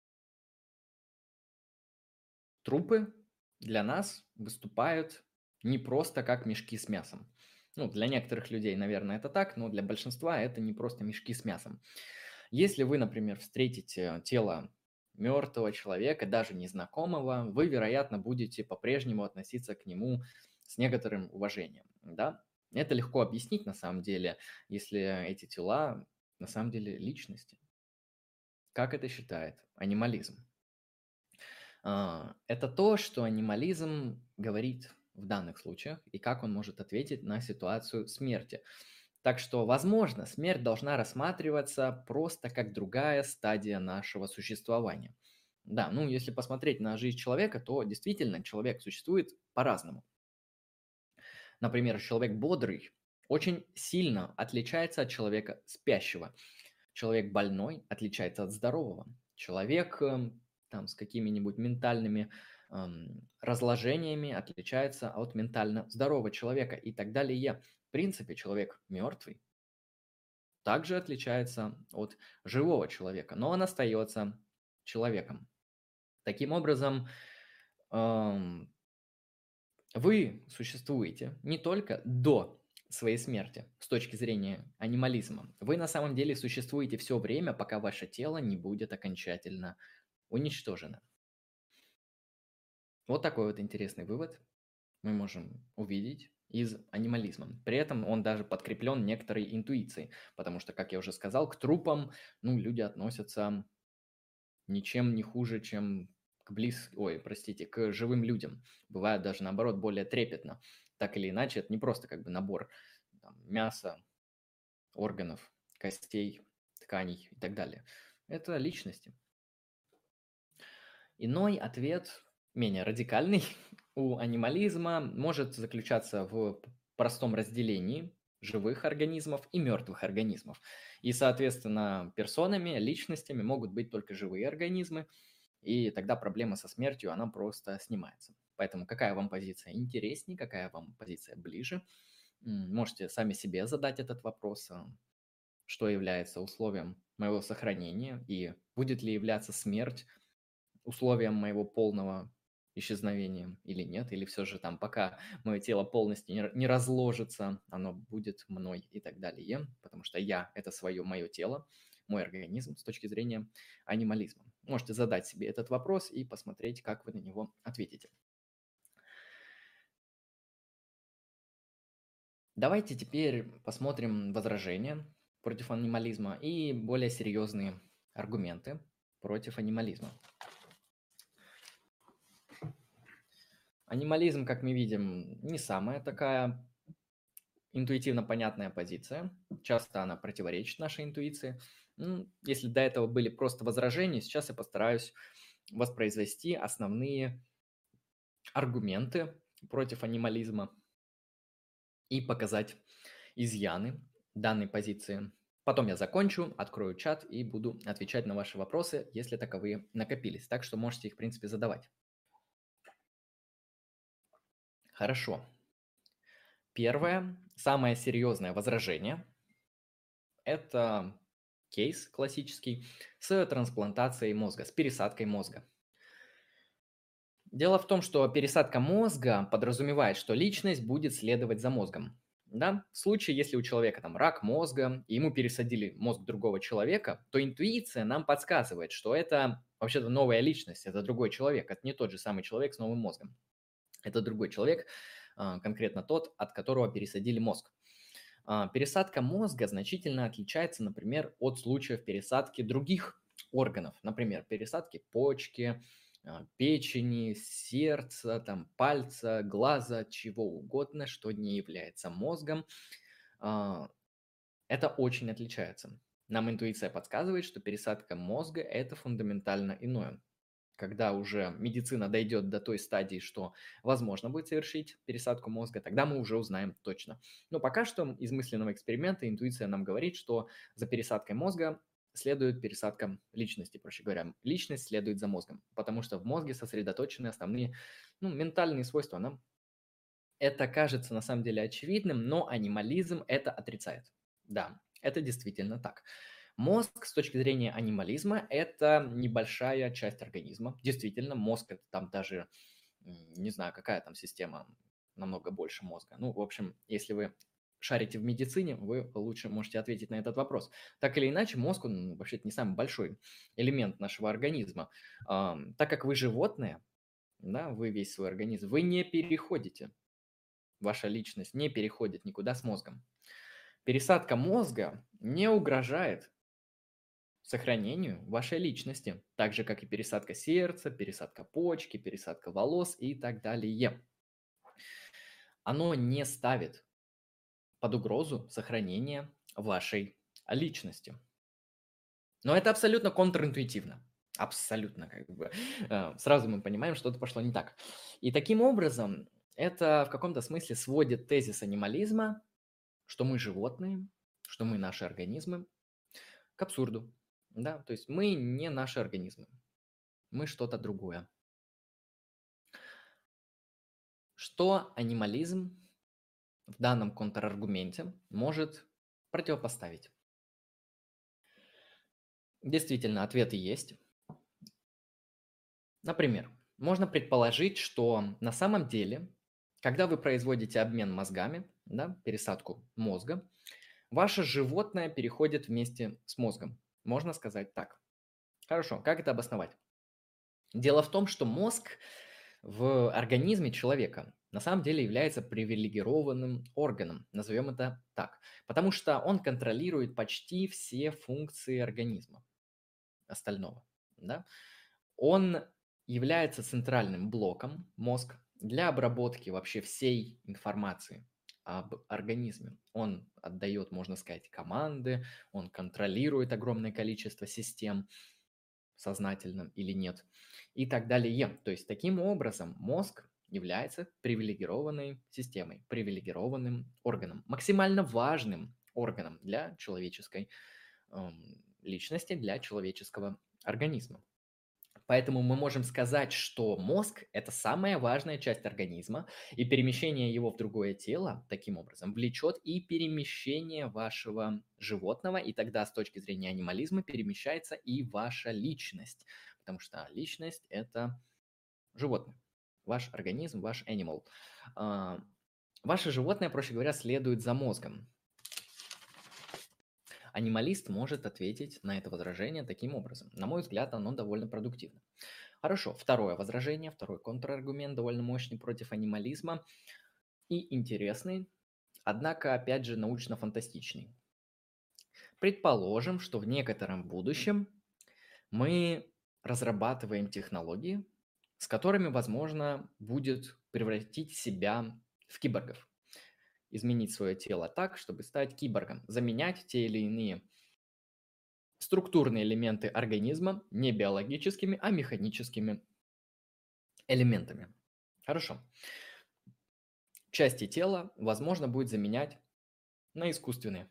трупы для нас выступают не просто как мешки с мясом. Ну, для некоторых людей, наверное, это так, но для большинства это не просто мешки с мясом. Если вы, например, встретите тело мертвого человека, даже незнакомого, вы, вероятно, будете по-прежнему относиться к нему с некоторым уважением, да? Это легко объяснить на самом деле, если эти тела на самом деле личности. Как это считает анимализм? А, Это то, что анимализм говорит в данных случаях и как он может ответить на ситуацию смерти. Так что, возможно, смерть должна рассматриваться просто как другая стадия нашего существования. Да, ну если посмотреть на жизнь человека, то действительно человек существует по-разному. Например, человек бодрый очень сильно отличается от человека спящего. Человек больной отличается от здорового. Человек эм, там, с какими-нибудь ментальными эм, разложениями отличается от ментально здорового человека и так далее. В принципе, человек мертвый также отличается от живого человека, но он остается человеком. Таким образом, ам, вы существуете не только до своей смерти с точки зрения анимализма. Вы на самом деле существуете все время, пока ваше тело не будет окончательно уничтожено. Вот такой вот интересный вывод мы можем увидеть из анимализма. При этом он даже подкреплен некоторой интуицией, потому что, как я уже сказал, к трупам, ну, люди относятся ничем не хуже, чем к близ... Ой, простите, к живым людям. Бывает даже, наоборот, более трепетно. Так или иначе, это не просто как бы набор там, мяса, органов, костей, тканей и так далее. Это личности. Иной ответ, менее радикальный, у анимализма может заключаться в простом разделении живых организмов и мертвых организмов. И, соответственно, персонами, личностями могут быть только живые организмы, и тогда проблема со смертью, она просто снимается. Поэтому какая вам позиция интереснее, какая вам позиция ближе? М, Можете сами себе задать этот вопрос, а, что является условием моего сохранения, и будет ли являться смерть условием моего полного исчезновения или нет, или все же там, пока мое тело полностью не р- не разложится, оно будет мной и так далее, потому что я– это свое мое тело, мой организм с точки зрения анимализма. Можете задать себе этот вопрос и посмотреть, как вы на него ответите. Давайте теперь посмотрим возражения против анимализма и более серьезные аргументы против анимализма. Анимализм, как мы видим, не самая такая интуитивно понятная позиция. Часто она противоречит нашей интуиции. Ну, если до этого были просто возражения, сейчас я постараюсь воспроизвести основные аргументы против анимализма и показать изъяны данной позиции. Потом я закончу, открою чат и буду отвечать на ваши вопросы, если таковые накопились. Так что можете их, в принципе, задавать. Хорошо. Первое, самое серьезное возражение– это кейс классический с трансплантацией мозга, с пересадкой мозга. Дело в том, что пересадка мозга подразумевает, что личность будет следовать за мозгом. Да? В случае, если у человека там рак мозга, и ему пересадили мозг другого человека, то интуиция нам подсказывает, что это вообще-то новая личность, это другой человек, это не тот же самый человек с новым мозгом. Это другой человек, а, конкретно тот, от которого пересадили мозг. А, Пересадка мозга значительно отличается, например, от случаев пересадки других органов, например, пересадки почки, а, печени, сердца, там, пальца, глаза, чего угодно, что не является мозгом. А, Это очень отличается. Нам интуиция подсказывает, что пересадка мозга– это фундаментально иное. Когда уже медицина дойдет до той стадии, что возможно будет совершить пересадку мозга, тогда мы уже узнаем точно. Но пока что из мысленного эксперимента интуиция нам говорит, что за пересадкой мозга следует пересадка личности, проще говоря. Личность следует за мозгом, потому что в мозге сосредоточены основные, ну, ментальные свойства. Нам это кажется на самом деле очевидным, но анимализм это отрицает. Да, это действительно так. Мозг с точки зрения анимализма– это небольшая часть организма. Действительно, мозг– это там даже, м, не знаю, какая там система намного больше мозга. Ну, в общем, если вы шарите в медицине, вы лучше можете ответить на этот вопрос. Так или иначе, мозг, он вообще-то не самый большой элемент нашего организма. Ам, так как вы животное, да, вы весь свой организм, вы не переходите, ваша личность не переходит никуда с мозгом. Пересадка мозга не угрожает сохранению вашей личности, так же, как и пересадка сердца, пересадка почки, пересадка волос и так далее. Оно не ставит под угрозу сохранение вашей личности. Но это абсолютно контринтуитивно. Абсолютно, как бы. э, Сразу мы понимаем, что-то пошло не так. И таким образом, это в каком-то смысле сводит тезис анимализма, что мы животные, что мы наши организмы, к абсурду. Да, то есть мы не наши организмы, мы что-то другое. Что анимализм в данном контраргументе может противопоставить? Действительно, ответы есть. Например, можно предположить, что на самом деле, когда вы производите обмен мозгами, да, пересадку мозга, ваше животное переходит вместе с мозгом. Можно сказать так. Хорошо, как это обосновать? Дело в том, что мозг в организме человека на самом деле является привилегированным органом, назовем это так, потому что он контролирует почти все функции организма остального. Да? Он является центральным блоком, мозг, для обработки вообще всей информации об организме. Он отдает, можно сказать, команды, он контролирует огромное количество систем, сознательно или нет, и так далее. То есть таким образом мозг является привилегированной системой, привилегированным органом, максимально важным органом для человеческой эм, личности, для человеческого организма. Поэтому мы можем сказать, что мозг– это самая важная часть организма, и перемещение его в другое тело таким образом влечет и перемещение вашего животного, и тогда с точки зрения анимализма перемещается и ваша личность, потому что личность– это животное, ваш организм, ваш animal. А, Ваше животное, проще говоря, следует за мозгом. Анималист может ответить на это возражение таким образом. На мой взгляд, оно довольно продуктивно. Хорошо, второе возражение, второй контраргумент довольно мощный против анимализма и интересный, однако, опять же, научно-фантастичный. Предположим, что в некотором будущем мы разрабатываем технологии, с которыми возможно будет превратить себя в киборгов, изменить свое тело так, чтобы стать киборгом, заменять те или иные структурные элементы организма не биологическими, а механическими элементами. Хорошо. Части тела возможно будет заменять на искусственные.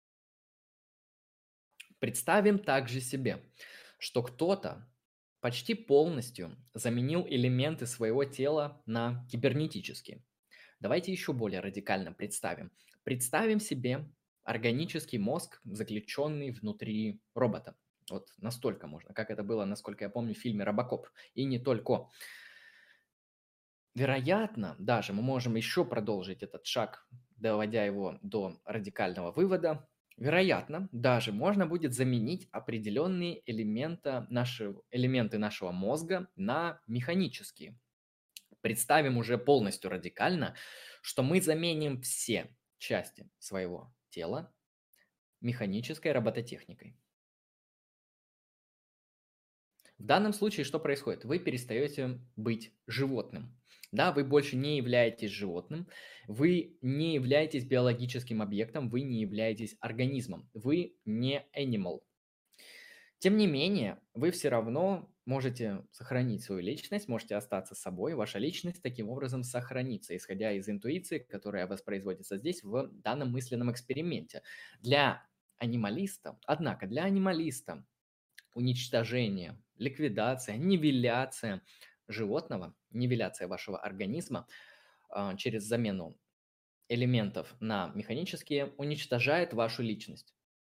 Представим также себе, что кто-то почти полностью заменил элементы своего тела на кибернетические. Давайте еще более радикально представим. Представим себе органический мозг, заключенный внутри робота. Вот настолько можно, как это было, насколько я помню, в фильме «Робокоп». И не только. Вероятно, даже мы можем еще продолжить этот шаг, доводя его до радикального вывода. Вероятно, даже можно будет заменить определенные элементы нашего, элементы нашего мозга на механические. Представим уже полностью радикально, что мы заменим все части своего тела механической робототехникой. В данном случае что происходит? Вы перестаете быть животным. Да, вы больше не являетесь животным, вы не являетесь биологическим объектом, вы не являетесь организмом, вы не animal. Тем не менее, вы все равно можете сохранить свою личность, можете остаться собой, ваша личность таким образом сохранится, исходя из интуиции, которая воспроизводится здесь в данном мысленном эксперименте. Для анималиста, однако, для анималиста уничтожение, ликвидация, нивеляция животного, нивеляция вашего организма а, через замену элементов на механические уничтожает вашу личность.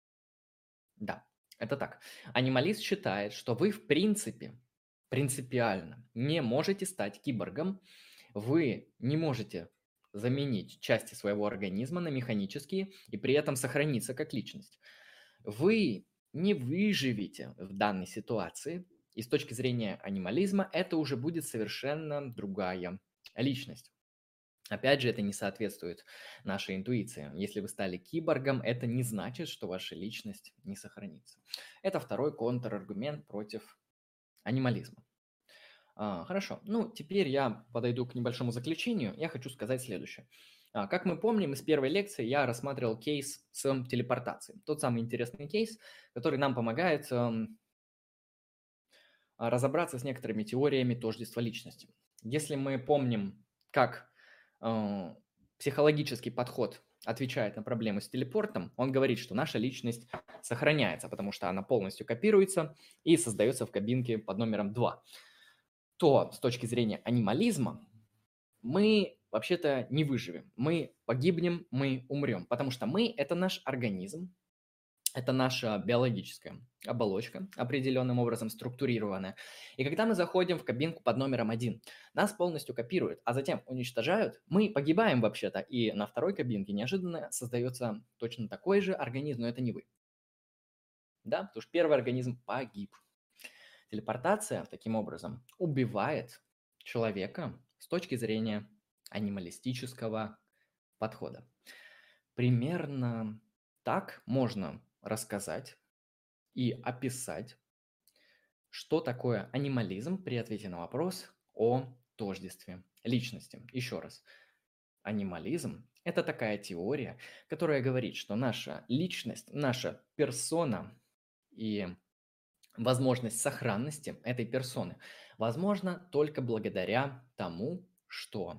Да, это так. Анималист считает, что вы в принципе, принципиально не можете стать киборгом, вы не можете заменить части своего организма на механические и при этом сохраниться как личность. Вы не выживете в данной ситуации, и с точки зрения анимализма это уже будет совершенно другая личность. Опять же, это не соответствует нашей интуиции. Если вы стали киборгом, это не значит, что ваша личность не сохранится. Это второй контраргумент против анимализма. А, хорошо. Ну, теперь я подойду к небольшому заключению. Я хочу сказать следующее. А, как мы помним, из первой лекции я рассматривал кейс с телепортацией. Тот самый интересный кейс, который нам помогает эм, а, разобраться с некоторыми теориями тождества личности. Если мы помним, как э, психологический подход отвечает на проблему с телепортом, он говорит, что наша личность сохраняется, потому что она полностью копируется и создается в кабинке под номером два. То с точки зрения анимализма мы вообще-то не выживем. Мы погибнем, мы умрем, потому что мы – это наш организм, это наша биологическая оболочка, определенным образом структурированная. И когда мы заходим в кабинку под номером один, нас полностью копируют, а затем уничтожают, мы погибаем вообще-то. И на второй кабинке неожиданно создается точно такой же организм, но это не вы. Да, потому что первый организм погиб. Телепортация, таким образом, убивает человека с точки зрения анималистического подхода. Примерно так можно рассказать и описать, что такое анимализм при ответе на вопрос о тождестве личности. Еще раз, анимализм – это такая теория, которая говорит, что наша личность, наша персона и возможность сохранности этой персоны возможна только благодаря тому, что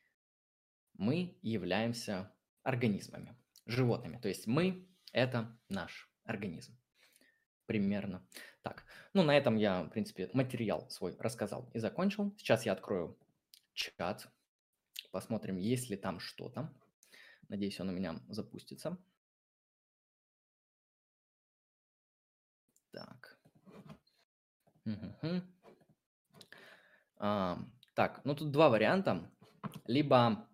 мы являемся организмами, животными. То есть мы – это наш организм. Примерно так. Ну, на этом я, в принципе, материал свой рассказал и закончил. Сейчас я открою чат, посмотрим, есть ли там что-то. Надеюсь, он у меня запустится. Так. Мгм. А, так, ну тут два варианта. Либо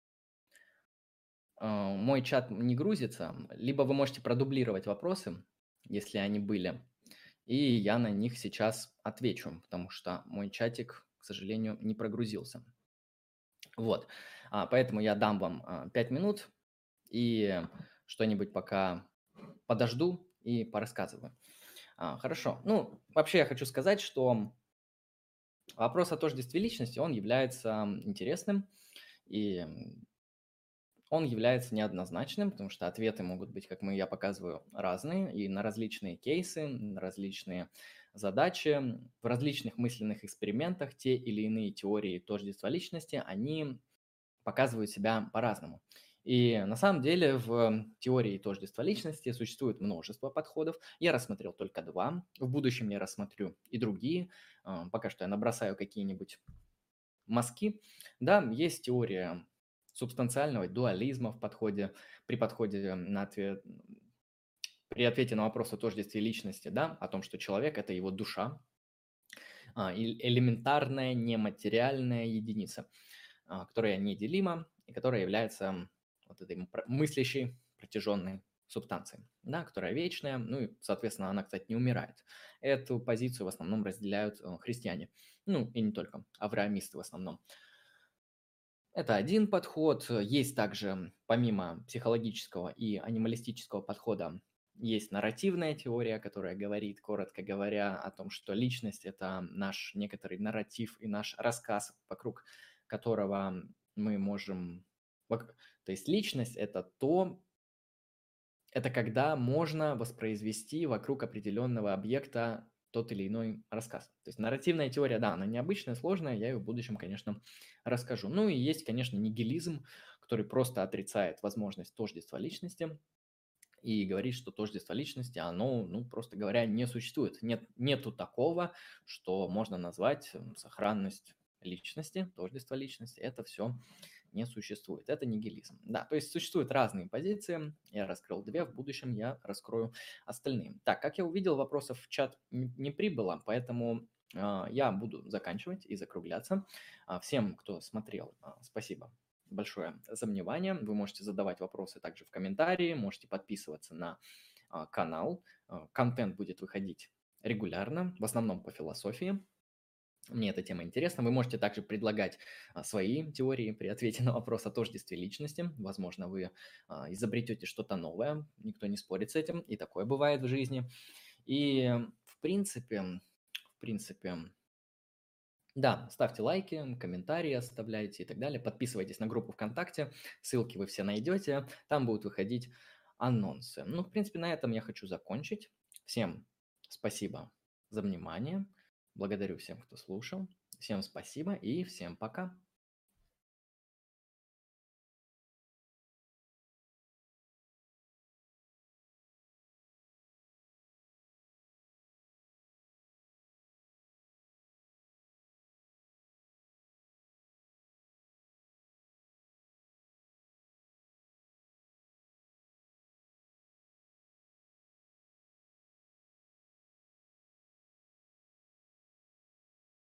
а, мой чат не грузится, либо вы можете продублировать вопросы, если они были, и я на них сейчас отвечу, потому что мой чатик, к сожалению, не прогрузился. Вот, а, поэтому я дам вам а, пять минут и что-нибудь пока подожду и порассказываю. А, хорошо. Ну, вообще я хочу сказать, что вопрос о тождестве личности, он является м, интересным, и м, он является неоднозначным, потому что ответы могут быть, как мы, я показываю, разные, и на различные кейсы, на различные задачи, в различных мысленных экспериментах те или иные теории тождества личности, они показывают себя по-разному. И на самом деле в теории тождества личности существует множество подходов. Я рассмотрел только два. В будущем я рассмотрю и другие. А, Пока что я набросаю какие-нибудь мазки. Да, есть теория субстанциального дуализма в подходе, при подходе на ответ, при ответе на вопрос о тождестве личности, да, о том, что человек – это его душа, а, и элементарная нематериальная единица, а, которая неделима и которая является вот этой пр- мыслящей протяженной субстанцией, да, которая вечная, ну и, соответственно, она, кстати, не умирает. Эту позицию в основном разделяют э, христиане, ну и не только, авраамисты в основном. Это один подход. Есть также, помимо психологического и анималистического подхода, есть нарративная теория, которая говорит, коротко говоря, о том, что личность– это наш некоторый нарратив и наш рассказ, вокруг которого мы можем… вок- То есть личность– это то, это когда можно воспроизвести вокруг определенного объекта тот или иной рассказ. То есть нарративная теория, да, она необычная, сложная, я ее в будущем, конечно, расскажу. Ну и есть, конечно, нигилизм, который просто отрицает возможность тождества личности и говорит, что тождество личности, оно, ну, просто говоря, не существует. Нет, нету такого, что можно назвать м, сохранность личности, тождество личности. Это все не существует. Это нигилизм. Да, то есть существуют разные позиции. Я раскрыл две, в будущем я раскрою остальные. Так, как я увидел, вопросов в чат н- не прибыло, поэтому а, я буду заканчивать и закругляться. А, всем, кто смотрел, а, спасибо большое за внимание. Вы можете задавать вопросы также в комментарии, можете подписываться на а, канал. А, Контент будет выходить регулярно, в основном по философии. Мне эта тема интересна. Вы можете также предлагать а, свои теории при ответе на вопрос о тождестве личности. Возможно, вы а, изобретете что-то новое, никто не спорит с этим, и такое бывает в жизни. И в принципе, в принципе, да, ставьте лайки, комментарии оставляйте и так далее. Подписывайтесь на группу ВКонтакте, ссылки вы все найдете, там будут выходить анонсы. Ну, в принципе, на этом я хочу закончить. Всем спасибо за внимание. Благодарю всем, кто слушал. Всем спасибо и всем пока.